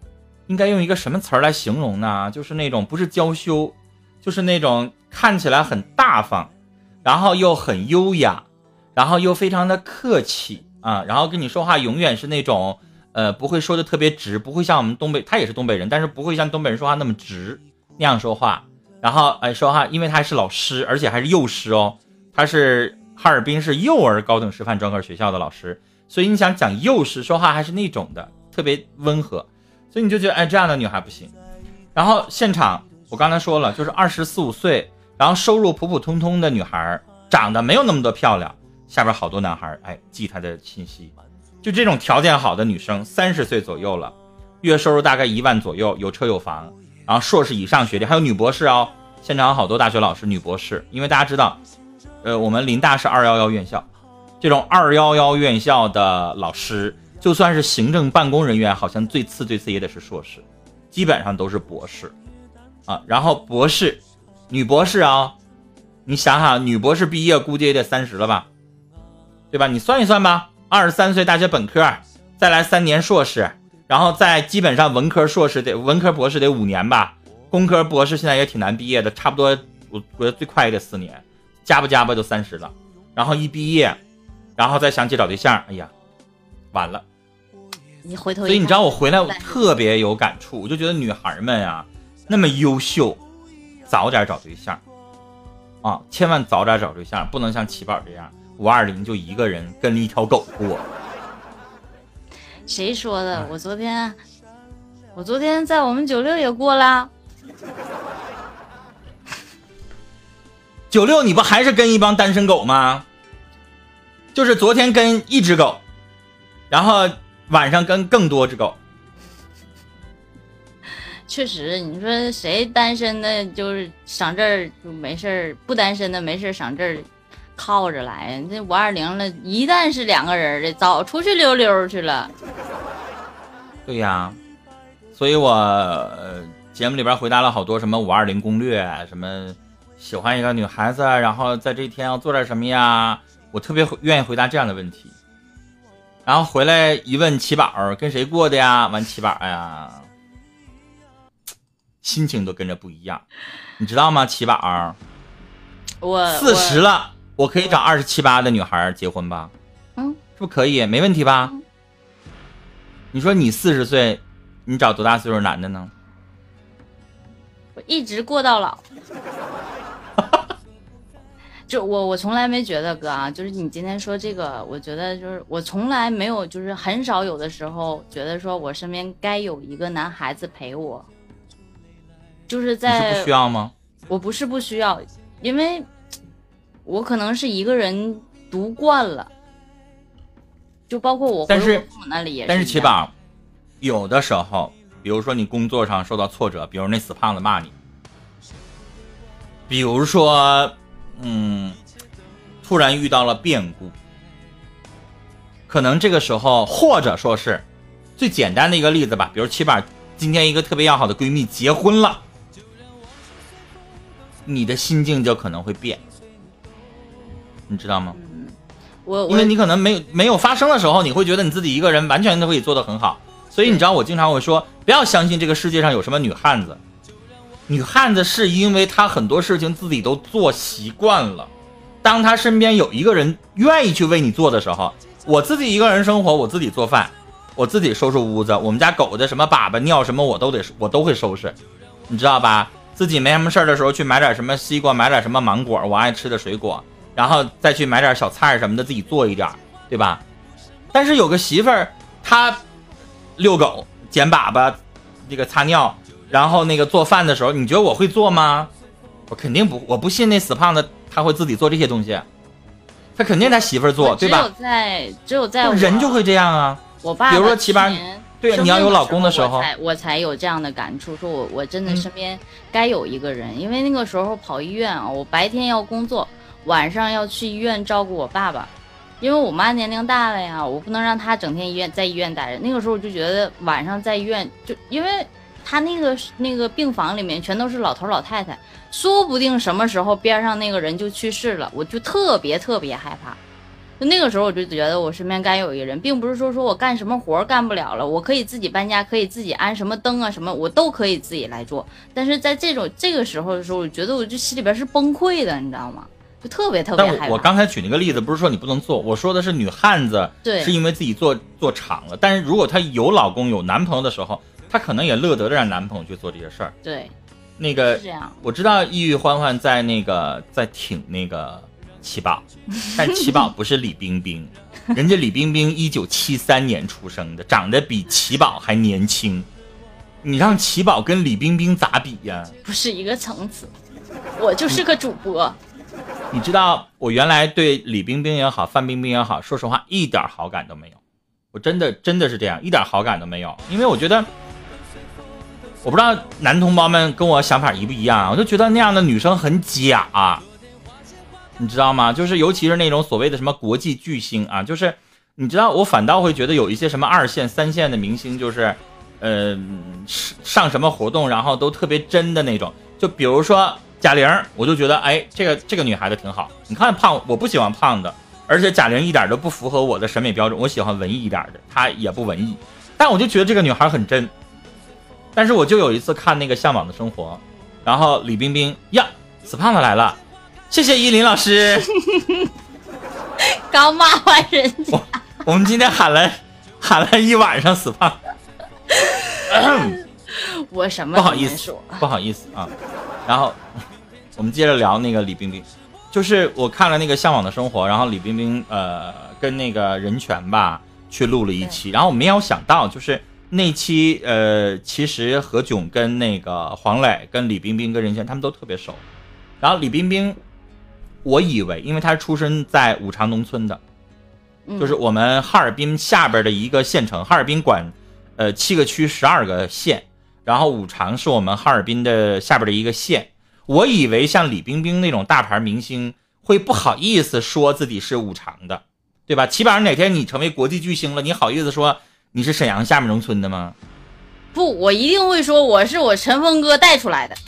应该用一个什么词儿来形容呢？就是那种不是娇羞，就是那种看起来很大方，然后又很优雅，然后又非常的客气啊，然后跟你说话永远是那种呃不会说的特别直，不会像我们东北，他也是东北人，但是不会像东北人说话那么直那样说话。然后哎说话，因为他是老师，而且还是幼师哦，他是哈尔滨市幼儿高等师范专科学校的老师，所以你想讲幼师说话还是那种的特别温和，所以你就觉得哎这样的女孩不行。然后现场我刚才说了，就是二十四五岁，然后收入普普通通的女孩，长得没有那么多漂亮，下边好多男孩哎记她的信息。就这种条件好的女生，三十岁左右了，月收入大概一万左右，有车有房，然后硕士以上学历，还有女博士哦。现场好多大学老师女博士，因为大家知道呃，我们林大是二一一院校，这种二一一院校的老师就算是行政办公人员，好像最次最次也得是硕士，基本上都是博士啊。然后博士女博士啊，你想想女博士毕业估计也得三十了吧，对吧？你算一算吧，二十三岁大学本科，再来三年硕士，然后再基本上文科硕士得文科博士得五年吧，工科博士现在也挺难毕业的，差不多我觉得最快也得四年，加不加吧就三十了。然后一毕业，然后再想起找对象，哎呀完了。 你回头， 所以你知道我回来我特别有感触，我就觉得女孩们啊那么优秀，早点找对象啊，千万早点找对象，不能像齐宝这样五二零就一个人跟一条狗过。 谁说的？我昨天我昨天在我们九六也过啦。 九六你不还是跟一帮单身狗吗？就是昨天跟一只狗，然后晚上跟更多只狗。 确实，你说谁单身的就是上这儿就没事，不单身的没事上这儿靠着来。这五二零了，一旦是两个人的，早出去溜溜去了。 对呀，所以我、呃、节目里边回答了好多什么五二零攻略，什么喜欢一个女孩子，然后在这一天要做点什么呀？我特别愿意回答这样的问题。然后回来一问齐宝跟谁过的呀？完齐宝呀，心情都跟着不一样，你知道吗？齐宝， 我四十了，我可以找二十七八的女孩结婚吧？ 嗯， 是不是可以？没问题吧？嗯、你说你四十岁，你找多大岁数男的呢？ 我一直过到老。就我我从来没觉得哥啊，就是你今天说这个，我觉得就是我从来没有，就是很少有的时候觉得说我身边该有一个男孩子陪我，就是在你是不需要吗？ 我不是不需要，因为我可能是一个人独惯了，就包括我回我父母那里也是。 但是齐宝，有的时候，比如说你工作上受到挫折，比如那死胖子骂你，比如说。嗯，突然遇到了变故，可能这个时候，或者说是最简单的一个例子吧，比如七宝今天一个特别要好的闺蜜结婚了，你的心境就可能会变，你知道吗？ 嗯，我因为你可能没有没有发生的时候，你会觉得你自己一个人完全都可以做得很好，所以你知道我经常会说，不要相信这个世界上有什么女汉子。女汉子是因为她很多事情自己都做习惯了，当她身边有一个人愿意去为你做的时候，我自己一个人生活，我自己做饭，我自己收拾屋子，我们家狗的什么粑粑尿什么我都得我都会收拾，你知道吧？自己没什么事的时候去买点什么西瓜，买点什么芒果，我爱吃的水果，然后再去买点小菜什么的自己做一点，对吧？但是有个媳妇儿，她遛狗、捡粑粑、这个擦尿。然后那个做饭的时候，你觉得我会做吗？我肯定不，我不信那死胖子他会自己做这些东西，他肯定他媳妇儿做，对吧？ 只有在只有在人就会这样啊。 我爸比如说七八，对，你要有老公的时候， 我才我才有这样的感触，说我我真的身边该有一个人，嗯、因为那个时候跑医院啊，我白天要工作，晚上要去医院照顾我爸爸，因为我妈年龄大了呀，我不能让她整天医院在医院待着。那个时候我就觉得晚上在医院就因为。他那个那个病房里面全都是老头老太太，说不定什么时候边上那个人就去世了，我就特别特别害怕。 就那个时候我就觉得我身边该有一个人，并不是说说我干什么活干不了了，我可以自己搬家，可以自己安什么灯啊什么，我都可以自己来做。但是在这种这个时候的时候，我觉得我就心里边是崩溃的，你知道吗？就特别特别害怕。 但我刚才举那个例子不是说你不能做，我说的是女汉子， 对， 是因为自己做做长了。但是如果她有老公有男朋友的时候，她可能也乐得让男朋友去做这些事儿。 对， 那个是这样。 我知道异域欢欢在那个在挺那个奇宝，但奇宝不是李冰冰，人家李冰冰一九七三年出生的，长得比奇宝还年轻。你让奇宝跟李冰冰咋比呀？ 不是一个层次。我就是个主播。 你知道我原来对李冰冰也好范冰冰也好，说实话一点好感都没有，我真的真的是这样，一点好感都没有。因为我觉得，我不知道男同胞们跟我想法一不一样，我就觉得那样的女生很假，你知道吗？就是尤其是那种所谓的什么国际巨星啊，就是你知道我反倒会觉得有一些什么二线三线的明星，就是呃上什么活动然后都特别真的那种，就比如说贾玲，我就觉得哎，这个这个女孩子挺好。你看胖，我不喜欢胖的，而且贾玲一点都不符合我的审美标准，我喜欢文艺一点的，她也不文艺，但我就觉得这个女孩很真。但是我就有一次看那个《向往的生活》，然后李冰冰呀，死胖子来了，谢谢依林老师。 刚骂完人家， 我, 我们今天喊了喊了一晚上死胖。 我什么不好意思，不好意思啊。然后我们接着聊那个李冰冰，就是我看了那个《向往的生活》，然后李冰冰呃跟那个任泉吧去录了一期，然后我没有想到就是那期呃其实何炅跟那个黄磊跟李冰冰跟任泉他们都特别熟，然后李冰冰我以为因为她是出生在五常农村的，就是我们哈尔滨下边的一个县城，哈尔滨管呃七个区十二个县。然后五常是我们哈尔滨的下边的一个县，我以为像李冰冰那种大牌明星会不好意思说自己是五常的，对吧？起码哪天你成为国际巨星了，你好意思说你是沈阳下面农村的吗？ 不，我一定会说我是我陈峰哥带出来的。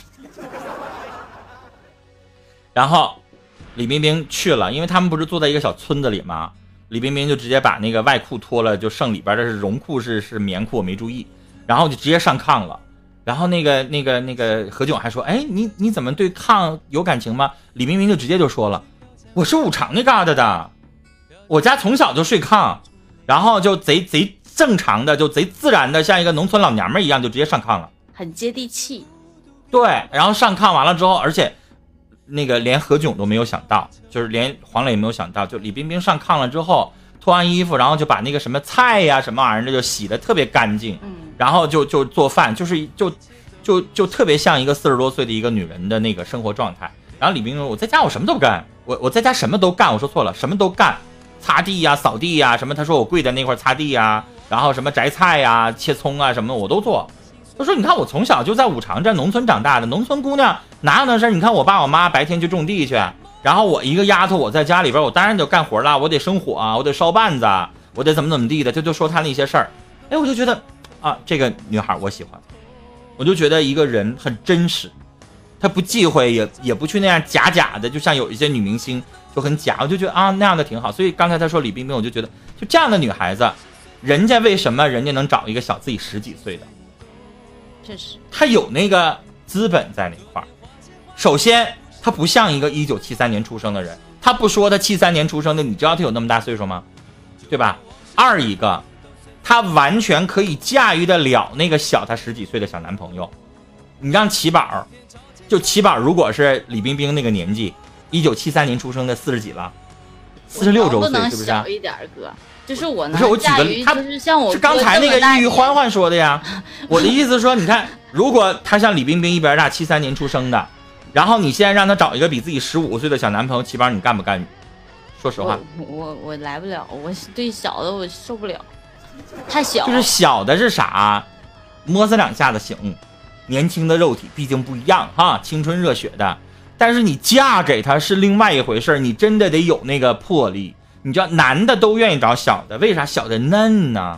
然后李冰冰去了，因为他们不是住在一个小村子里吗？李冰冰就直接把那个外裤脱了，就剩里边的是绒裤，是是棉裤，我没注意，然后就直接上炕了。然后那个那个那个何炅还说，哎，你你怎么对炕有感情吗？李冰冰就直接就说了，我是五常那嘎达的，我家从小就睡炕，然后就贼贼正常的，就贼自然的，像一个农村老娘们一样，就直接上炕了， 很接地气。 对，然后上炕完了之后，而且那个连何炅都没有想到，就是连黄磊也没有想到，就李冰冰上炕了之后。脱完衣服，然后就把那个什么菜呀、什么玩意儿的就洗得特别干净， 嗯， 然后就就做饭，就是就就就特别像一个四十多岁的一个女人的那个生活状态。然后李冰冰说：“我在家我什么都不干，我我在家什么都干。”我说错了，什么都干，擦地呀、扫地呀什么。他说我跪在那块擦地呀，然后什么摘菜呀、切葱啊什么我都做。他说：“你看我从小就在五常这农村长大的，农村姑娘哪有那事儿？你看我爸我妈白天去种地去。”然后我一个丫头，我在家里边，我当然得干活啦，我得生火啊，我得烧bàn子啊，我得怎么怎么地的，就就说他那些事儿。哎，我就觉得啊，这个女孩我喜欢，我就觉得一个人很真实，她不忌讳，也也不去那样假假的，就像有一些女明星就很假，我就觉得啊那样的挺好。所以刚才她说李冰冰，我就觉得就这样的女孩子，人家为什么人家能找一个小自己十几岁的？ 确实， 她有那个资本在那块儿。首先。他不像一个一九七三年出生的人，他不说他七三年出生的，你知道他有那么大岁数吗？对吧？二一个，他完全可以驾驭得了那个小他十几岁的小男朋友。你让齐宝，就齐宝如果是李冰冰那个年纪，一九七三年出生的，四十几了，四十六周岁，是不是？ 小一点哥，就是我能不是我举个例，他就是像我是刚才那个异域欢欢说的呀。我的意思说，你看，如果他像李冰冰一边大，七三年出生的。然后你现在让他找一个比自己十五岁的小男朋友，齐宝你干不干？说实话， 我我我来不了，我对小的我受不了，太小。 就是小的是啥？摸死两下子行，年轻的肉体毕竟不一样哈，青春热血的。但是你嫁给他是另外一回事，你真的得有那个魄力。你知道，男的都愿意找小的，为啥？小的嫩呢，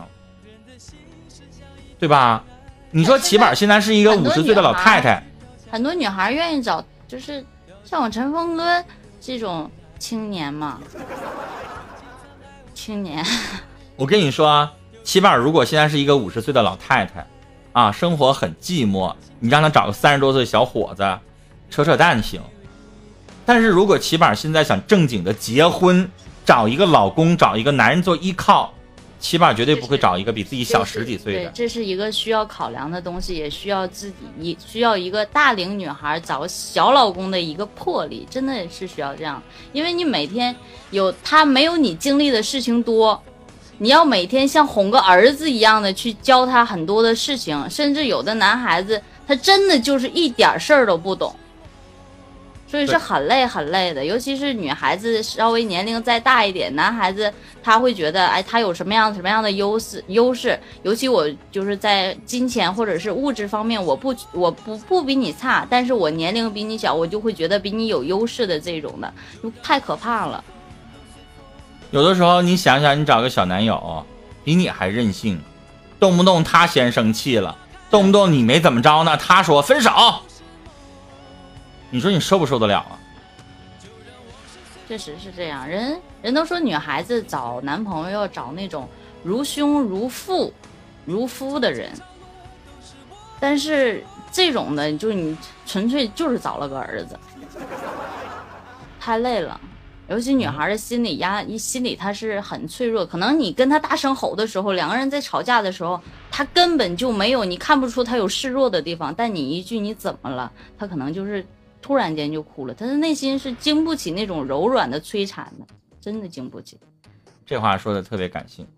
对吧？你说齐宝现在是一个五十岁的老太太。 很多女孩愿意找，就是像我陈峰哥这种青年嘛。 青年。 我跟你说啊，起码如果现在是一个五十岁的老太太啊，生活很寂寞，你让她找个三十多岁小伙子扯扯淡行。但是如果起码现在想正经的结婚，找一个老公，找一个男人做依靠，起码绝对不会找一个比自己小十几岁的。 对，这是一个需要考量的东西，也需要自己一需要一个大龄女孩找小老公的一个魄力，真的是需要这样。因为你每天有他没有你经历的事情多，你要每天像哄个儿子一样的去教他很多的事情，甚至有的男孩子他真的就是一点事儿都不懂。所以是很累很累的，尤其是女孩子稍微年龄再大一点，男孩子他会觉得，哎，他有什么样什么样的优势优势，尤其我就是在金钱或者是物质方面，我不我不不比你差，但是我年龄比你小，我就会觉得比你有优势的这种的，就太可怕了。 有的时候你想想，你找个小男友比你还任性，动不动他先生气了，动不动你没怎么着呢，他说分手。你说你受不受得了啊？ 确实是这样，人人都说女孩子找男朋友要找那种如兄如父如夫的人，但是这种的就是你纯粹就是找了个儿子，太累了。尤其女孩的心理压心理她是很脆弱，可能你跟她大声吼的时候，两个人在吵架的时候，她根本就没有，你看不出她有示弱的地方，但你一句你怎么了，她可能就是突然间就哭了，他的内心是经不起那种柔软的摧残的，真的经不起。 这话说的特别感性。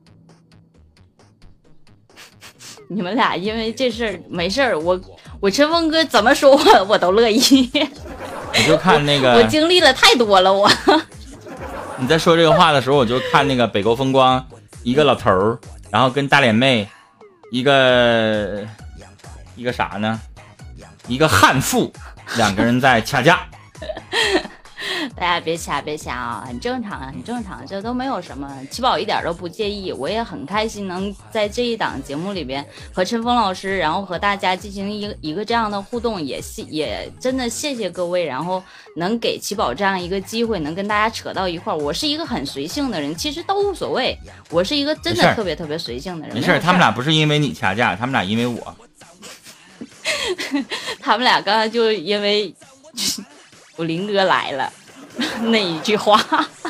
你们俩因为这事儿没事儿，我我陈峰哥怎么说我我都乐意。 我就看那个， 我, 我经历了太多了，我。 你在说这个话的时候，我就看那个北沟风光，一个老头儿，然后跟大脸妹，一个一个啥呢？一个悍妇。两个人在掐架。 大家别掐别掐啊，很正常很正常，这都没有什么，七宝一点都不介意，我也很开心能在这一档节目里边和陈峰老师，然后和大家进行一个一个这样的互动，也也真的谢谢各位，然后能给七宝这样一个机会，能跟大家扯到一块儿。我是一个很随性的人，其实都无所谓，我是一个真的特别特别随性的人。 没事，他们俩不是因为你掐架，他们俩因为我。 他们俩刚才就因为我林哥来了那一句话。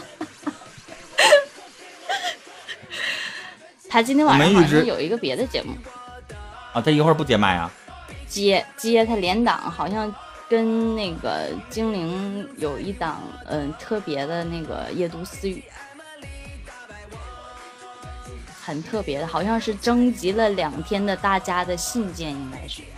他今天晚上好像有一个别的节目啊，他一会儿不接麦啊？ 接接他连档，好像跟那个精灵有一档嗯、呃、特别的那个夜读私语，很特别的，好像是征集了两天的大家的信件，应该是。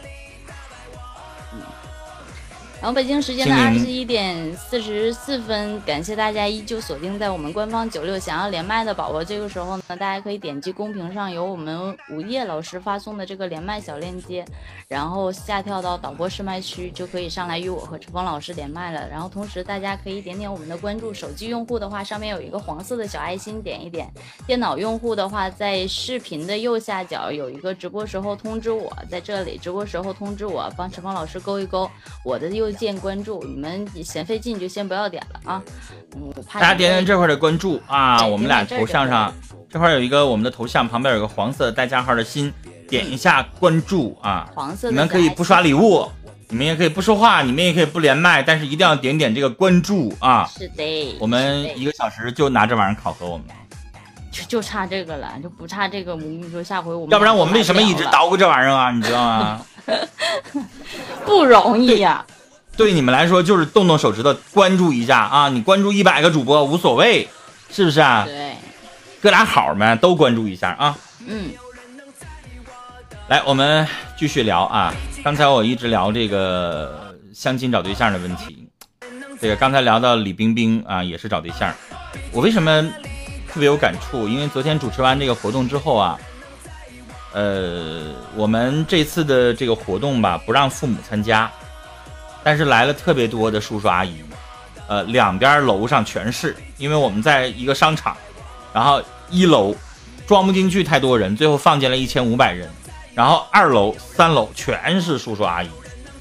然后北京时间的二十一点四十四分，感谢大家依旧锁定在我们官方九六。想要连麦的宝宝，这个时候呢，大家可以点击公屏上有我们午夜老师发送的这个连麦小链接，然后下跳到导播试麦区，就可以上来与我和陈峰老师连麦了。然后同时大家可以点点我们的关注，手机用户的话上面有一个黄色的小爱心，点一点；电脑用户的话，在视频的右下角有一个直播时候通知我，在这里直播时候通知我，帮陈峰老师勾一勾我的右键关注，你们嫌费劲就先不要点了啊！嗯、大家点点这块的关注啊，我们俩头像上这块有一个我们的头像，旁边有个黄色带加号的心，点一下关注啊！ 黄色的， 你们可以不刷礼物，你们也可以不说话，你们也可以不连麦，但是一定要点点这个关注啊！ 是的， 我们一个小时就拿这玩意儿考核我们。 就, 就差这个了，就不差这个。我跟你说，下回我们要不然我们为什么一直捣鼓这玩意儿啊？你知道吗？ 不容易呀、啊。 对你们来说就是动动手指头关注一下啊！你关注一百个主播无所谓，是不是啊？ 对， 哥俩好们都关注一下啊！ 嗯， 来，我们继续聊啊。刚才我一直聊这个相亲找对象的问题，这个刚才聊到李冰冰啊，也是找对象。我为什么特别有感触？因为昨天主持完这个活动之后啊，呃，我们这次的这个活动吧，不让父母参加。但是来了特别多的叔叔阿姨，呃，两边楼上全是，因为我们在一个商场，然后一楼装不进去太多人，最后放进了一千五百人，然后二楼、三楼全是叔叔阿姨，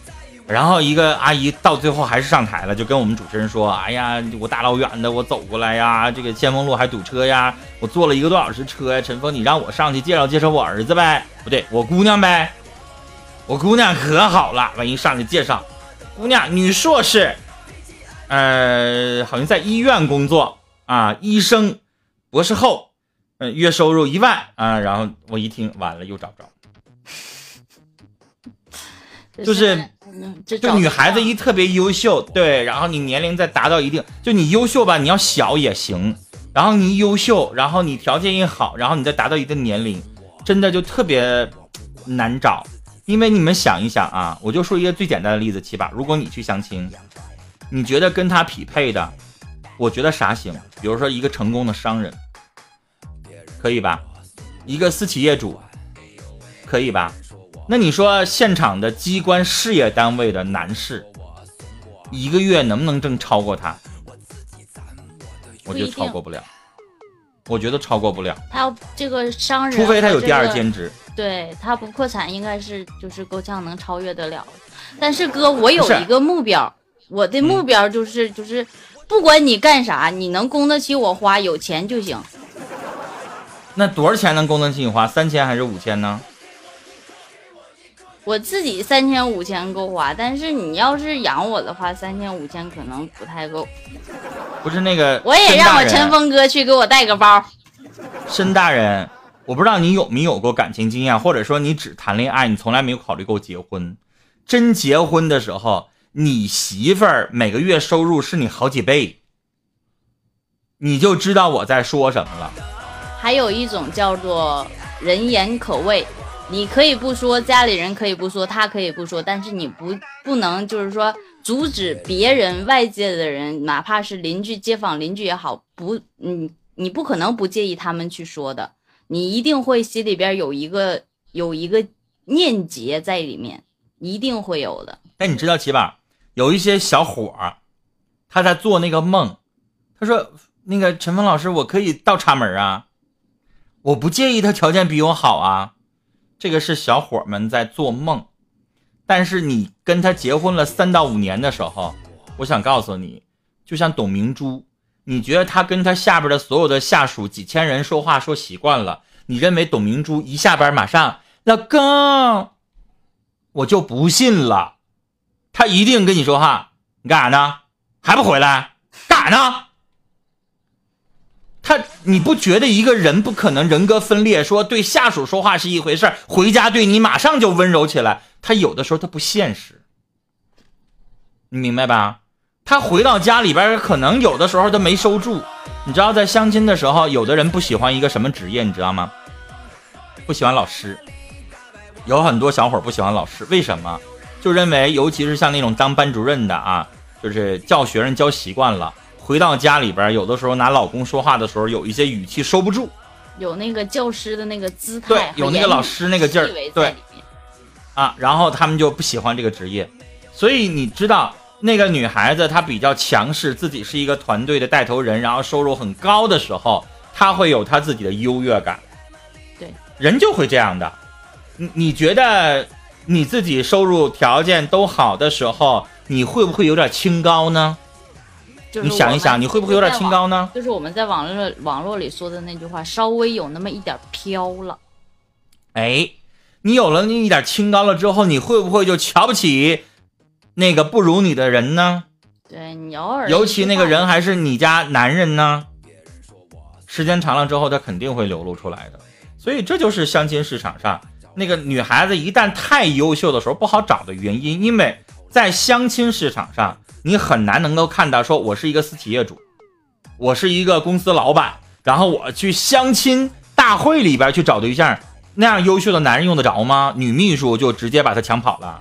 然后一个阿姨到最后还是上台了，就跟我们主持人说，哎呀，我大老远的我走过来呀，这个先锋路还堵车呀，我坐了一个多小时车呀，陈峰你让我上去介绍介绍我儿子呗，不对，我姑娘呗，我姑娘可好了，万一上去介绍，姑娘女硕士，呃，好像在医院工作啊，医生，博士后，呃，月收入一万啊，然后我一听完了又找不着。就是就女孩子一特别优秀，对，然后你年龄再达到一定，就你优秀吧，你要小也行，然后你优秀，然后你条件也好，然后你再达到一定年龄，真的就特别难找。因为你们想一想啊，我就说一个最简单的例子，七把，如果你去相亲，你觉得跟他匹配的，我觉得啥行？比如说一个成功的商人，可以吧？一个私企业主，可以吧？那你说现场的机关事业单位的男士，一个月能不能挣超过他？我觉得超过不了，我觉得超过不了。 他要这个商人， 除非他有第二兼职， 这个、对他不破产，应该是就是够呛能超越得了。但是哥，我有一个目标，我的目标就是、嗯、就是不管你干啥，你能供得起我花，有钱就行。 那多少钱能供得起你花？三千还是五千呢？ 我自己三千五千够花，但是你要是养我的话，三千五千可能不太够。 不是那个， 我也让我陈峰哥去给我带个包。 申大人，我不知道你有没有过感情经验，或者说你只谈恋爱，你从来没有考虑过结婚。真结婚的时候，你媳妇儿每个月收入是你好几倍，你就知道我在说什么了。 还有一种叫做人言可畏。你可以不说，家里人可以不说，他可以不说，但是你不不能就是说阻止别人外界的人，哪怕是邻居街坊邻居也好，不你你不可能不介意他们去说的，你一定会心里边有一个有一个念结在里面，一定会有的。 但你知道齐宝，有一些小伙儿他在做那个梦，他说那个陈峰老师，我可以倒插门啊，我不介意他条件比我好啊。这个是小伙们在做梦，但是你跟他结婚了三到五年的时候，我想告诉你，就像董明珠，你觉得他跟他下边的所有的下属几千人说话说习惯了，你认为董明珠一下班马上老公，我就不信了，他一定跟你说话，你干啥呢？还不回来？干啥呢？他，你不觉得一个人不可能人格分裂，说对下属说话是一回事，回家对你马上就温柔起来？他有的时候他不现实，你明白吧？他回到家里边，可能有的时候他没收住。你知道，在相亲的时候，有的人不喜欢一个什么职业，你知道吗？不喜欢老师。有很多小伙不喜欢老师，为什么？就认为，尤其是像那种当班主任的啊，就是教学生教习惯了。回到家里边，有的时候拿老公说话的时候，有一些语气收不住， 有那个教师的那个姿态， 对，有那个老师那个劲儿，对，啊，然后他们就不喜欢这个职业。所以你知道，那个女孩子她比较强势，自己是一个团队的带头人，然后收入很高的时候，她会有她自己的优越感。 对， 人就会这样的。你你觉得你自己收入条件都好的时候，你会不会有点清高呢？你想一想，你会不会有点清高呢？ 就是我们在网络网络里说的那句话，稍微有那么一点飘了。 哎，你有了那一点清高了之后，你会不会就瞧不起那个不如你的人呢？ 对，你偶尔， 尤其那个人还是你家男人呢，时间长了之后，他肯定会流露出来的。所以这就是相亲市场上那个女孩子一旦太优秀的时候不好找的原因，因为在相亲市场上。你很难能够看到说我是一个私企业主，我是一个公司老板，然后我去相亲大会里边去找对象，那样优秀的男人用得着吗？女秘书就直接把他抢跑了，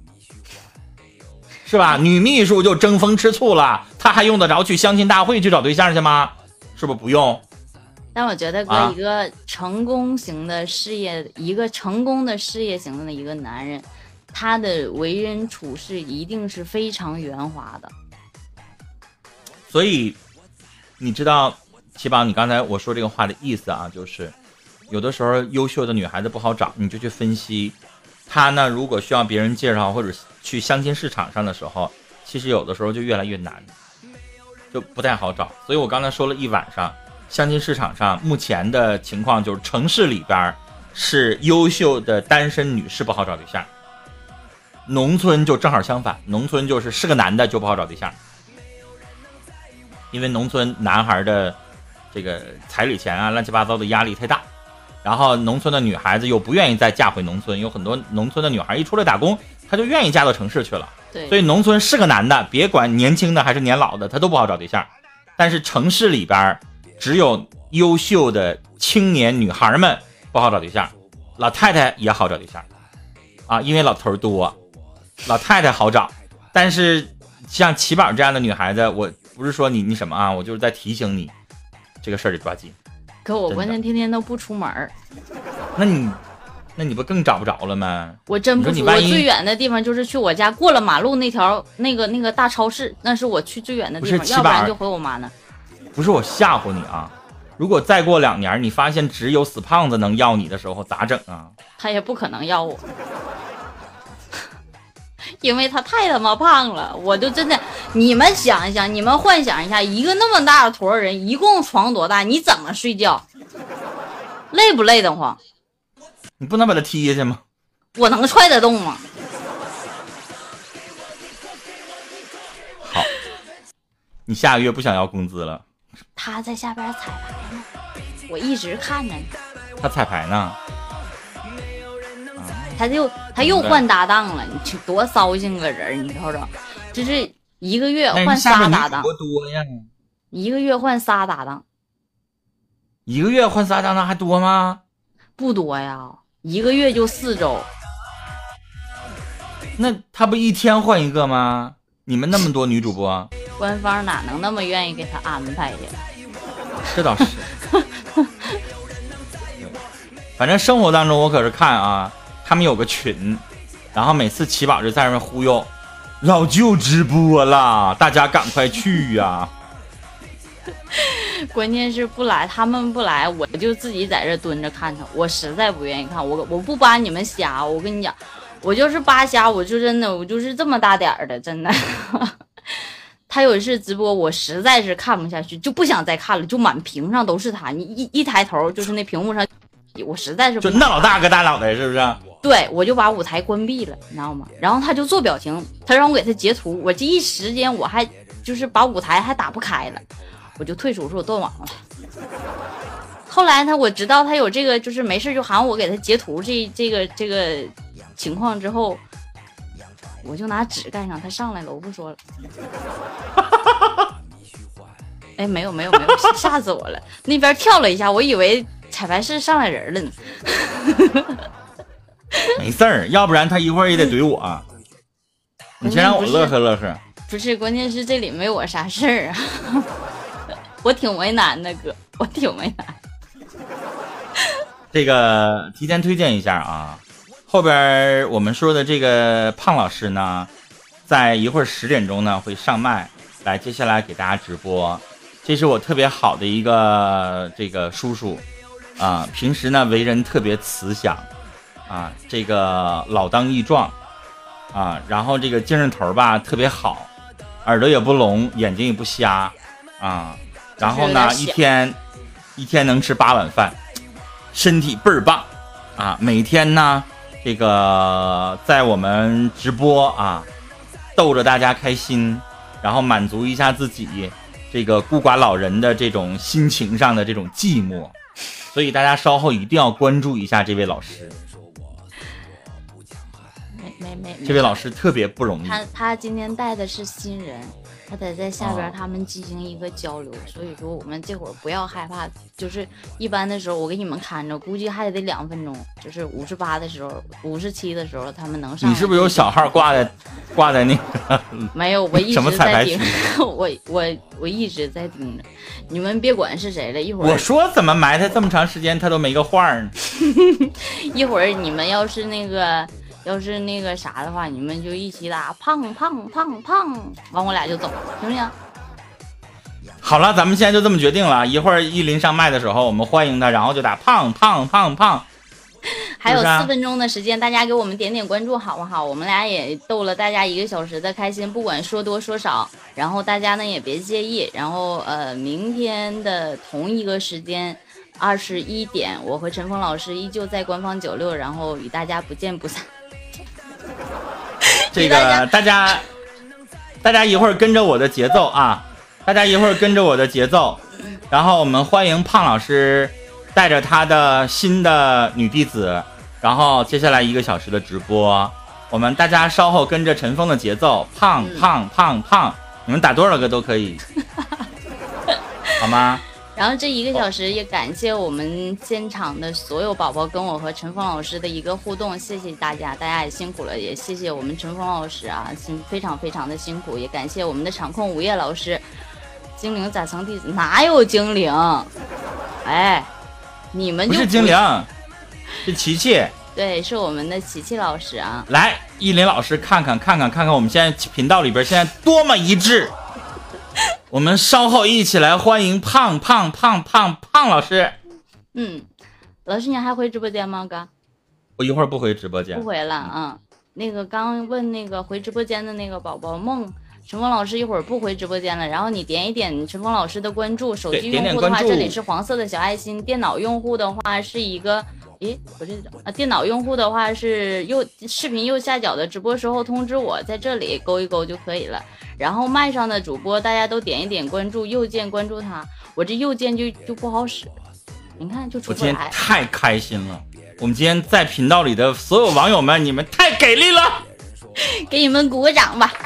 是吧？女秘书就争风吃醋了，他还用得着去相亲大会去找对象去吗？是不是不用？ 但我觉得哥，一个成功型的事业、啊、一个成功的事业型的一个男人，他的为人处事一定是非常圆滑的。 所以你知道齐宝，你刚才我说这个话的意思啊，就是有的时候优秀的女孩子不好找，你就去分析她呢，如果需要别人介绍或者去相亲市场上的时候，其实有的时候就越来越难，就不太好找。所以我刚才说了一晚上，相亲市场上目前的情况就是城市里边是优秀的单身女士不好找对象，农村就正好相反，农村就是是个男的就不好找对象，因为农村男孩的这个彩礼钱啊乱七八糟的压力太大，然后农村的女孩子又不愿意再嫁回农村，有很多农村的女孩一出来打工她就愿意嫁到城市去了， 对， 所以农村是个男的别管年轻的还是年老的他都不好找对象，但是城市里边只有优秀的青年女孩们不好找对象，老太太也好找对象啊，因为老头多，老太太好找，但是像齐宝这样的女孩子，我不是说你你什么啊，我就是在提醒你这个事儿得抓紧。 可我关键天天都不出门， 那你那你不更找不着了吗？ 我真不出，我最远的地方就是去我家过了马路那条那个那个大超市，那是我去最远的地方，要不然就回我妈那。 不是我吓唬你啊，如果再过两年你发现只有死胖子能要你的时候咋整啊？ 他也不可能要我，因为他太他妈胖了。我就真的，你们想一想，你们幻想一下，一个那么大的坨人，一共床多大？你怎么睡觉？累不累得慌？ 你不能把他踢下去吗？ 我能踹得动吗？ 好，你下个月不想要工资了？ 他在下边彩排呢，我一直看着呢。 他彩排呢？ 他就他又换搭档了，你去多骚性个人，你瞅瞅，就是一个月换仨搭档， 多多呀！ 一个月换仨搭档， 一个月换仨搭档还多吗？ 不多呀，一个月就四周。 那他不一天换一个吗？你们那么多女主播， 官方哪能那么愿意给他安排呀？ 这倒是。反正生活当中我可是看啊，他们有个群，然后每次齐宝就在那边忽悠，老舅直播了，大家赶快去呀、啊！ 关键是不来，他们不来，我就自己在这蹲着看他。我实在不愿意看，我我不扒你们瞎，我跟你讲，我就是扒瞎，我就真的我就是这么大点儿的，真的。他有一次直播，我实在是看不下去，就不想再看了，就满屏上都是他，你一一抬头就是那屏幕上，我实在是不就那老大哥大脑袋是不是？ 对，我就把舞台关闭了，你知道吗？然后他就做表情，他让我给他截图，我这一时间我还就是把舞台还打不开了，我就退出，说我断网了。后来他我知道他有这个，就是没事就喊我给他截图这这个这个情况之后，我就拿纸盖上，他上来了，我不说了。哎，没有没有没有，吓死我了！那边跳了一下，我以为彩排室上来人了呢。 没事儿，要不然他一会儿也得怼我。你先让我乐呵乐呵。 不是，关键是这里没有我啥事儿啊。我挺为难的哥，我挺为难。 这个提前推荐一下啊，后边我们说的这个胖老师呢，在一会儿十点钟呢会上麦，来接下来给大家直播。这是我特别好的一个这个叔叔啊，平时呢为人特别慈祥啊，这个老当益壮啊，然后这个精神头吧特别好，耳朵也不聋，眼睛也不瞎啊，然后呢一天一天能吃八碗饭，身体倍儿棒啊！每天呢这个在我们直播啊，逗着大家开心，然后满足一下自己这个孤寡老人的这种心情上的这种寂寞，所以大家稍后一定要关注一下这位老师。 没没没， 这位老师特别不容易。 他他今天带的是新人，他得在下边他们进行一个交流，哦、所以说我们这会儿不要害怕，就是一般的时候我给你们看着，估计还得两分钟，就是五十八的时候，五十七的时候他们能上。 你是不是有小号挂在挂在那个？ 没有，我一直在盯着，我我我一直在盯着。你们别管是谁了，一会儿我说怎么埋汰这么长时间他都没个画呢？ 一会儿你们要是那个。要是那个啥的话，你们就一起打胖胖胖胖，完我俩就走，行不行？ 好了，咱们现在就这么决定了。一会儿依林上麦的时候，我们欢迎他，然后就打胖胖胖胖。 还有四分钟的时间，大家给我们点点关注好不好？我们俩也逗了大家一个小时的开心，不管说多说少，然后大家呢也别介意。然后呃，明天的同一个时间二十一点，我和陈峰老师依旧在官方九六，然后与大家不见不散。 这个大家大家一会儿跟着我的节奏啊，大家一会儿跟着我的节奏，然后我们欢迎胖老师带着他的新的女弟子，然后接下来一个小时的直播，我们大家稍后跟着陈峰的节奏，胖胖胖胖，你们打多少个都可以，好吗？ 然后这一个小时也感谢我们现场的所有宝宝跟我和陈峰老师的一个互动，谢谢大家，大家也辛苦了，也谢谢我们陈峰老师啊，辛非常非常的辛苦，也感谢我们的场控午夜老师。精灵咋成弟子？哪有精灵？哎，你们就不是精灵，是琪琪。 对，是我们的琪琪老师啊。 来，依林老师看看看看看看，我们现在频道里边现在多么一致。我们稍后一起来欢迎胖胖胖胖胖老师。 嗯，老师你还回直播间吗？哥， 我一会儿不回直播间。 不回了啊。那个刚问那个回直播间的那个宝宝梦，陈峰老师一会儿不回直播间了，然后你点一点陈峰老师的关注。手机用户的话，这里是黄色的小爱心；电脑用户的话是一个。诶，我这啊，电脑用户的话是右视频右下角的直播时候通知我，在这里勾一勾就可以了。然后麦上的主播大家都点一点关注，右键关注他。我这右键就就不好使，你看就出不来。 我今天太开心了，我们今天在频道里的所有网友们，你们太给力了， 给你们鼓个掌吧。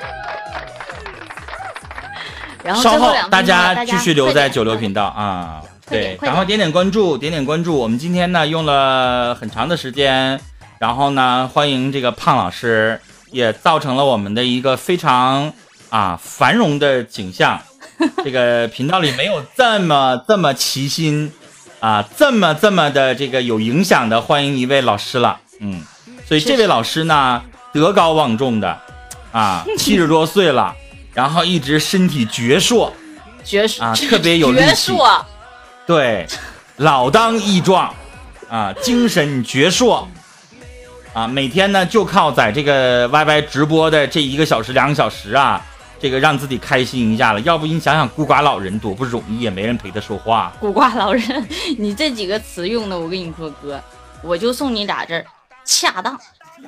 然后稍后大家继续留在九六频道啊。对，然后点点关注，点点关注。我们今天呢用了很长的时间，然后呢欢迎这个胖老师，也造成了我们的一个非常啊繁荣的景象。这个频道里没有这么这么齐心啊，这么这么的这个有影响的欢迎一位老师了。嗯，所以这位老师呢德高望重的啊，七十多岁了，然后一直身体矍铄， 矍铄啊，特别有力气。对，老当益壮啊，精神矍铄啊，每天呢就靠在这个 Y Y 直播的这一个小时两个小时啊，这个让自己开心一下了。要不你想想孤寡老人多不容易，也没人陪他说话。 孤寡老人，你这几个词用的，我跟你说哥，我就送你俩字儿，恰当。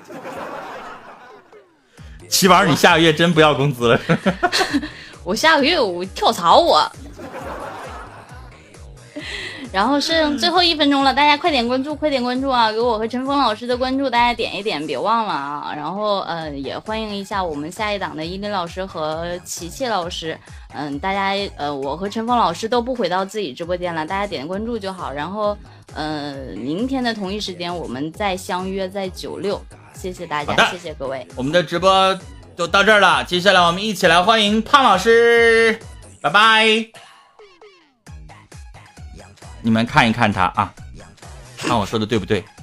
齐宝，你下个月真不要工资了？ 我下个月我跳槽我。然后剩最后一分钟了，大家快点关注，快点关注啊！给我和陈峰老师的关注，大家点一点，别忘了啊！然后呃，也欢迎一下我们下一档的依林老师和琪琪老师。嗯，大家呃，我和陈峰老师都不回到自己直播间了，大家点关注就好。然后呃，明天的同一时间我们再相约在九六，谢谢大家，谢谢各位。 我们的直播就到这儿了，接下来我们一起来欢迎胖老师，拜拜。你们看一看他啊，看我说的对不对？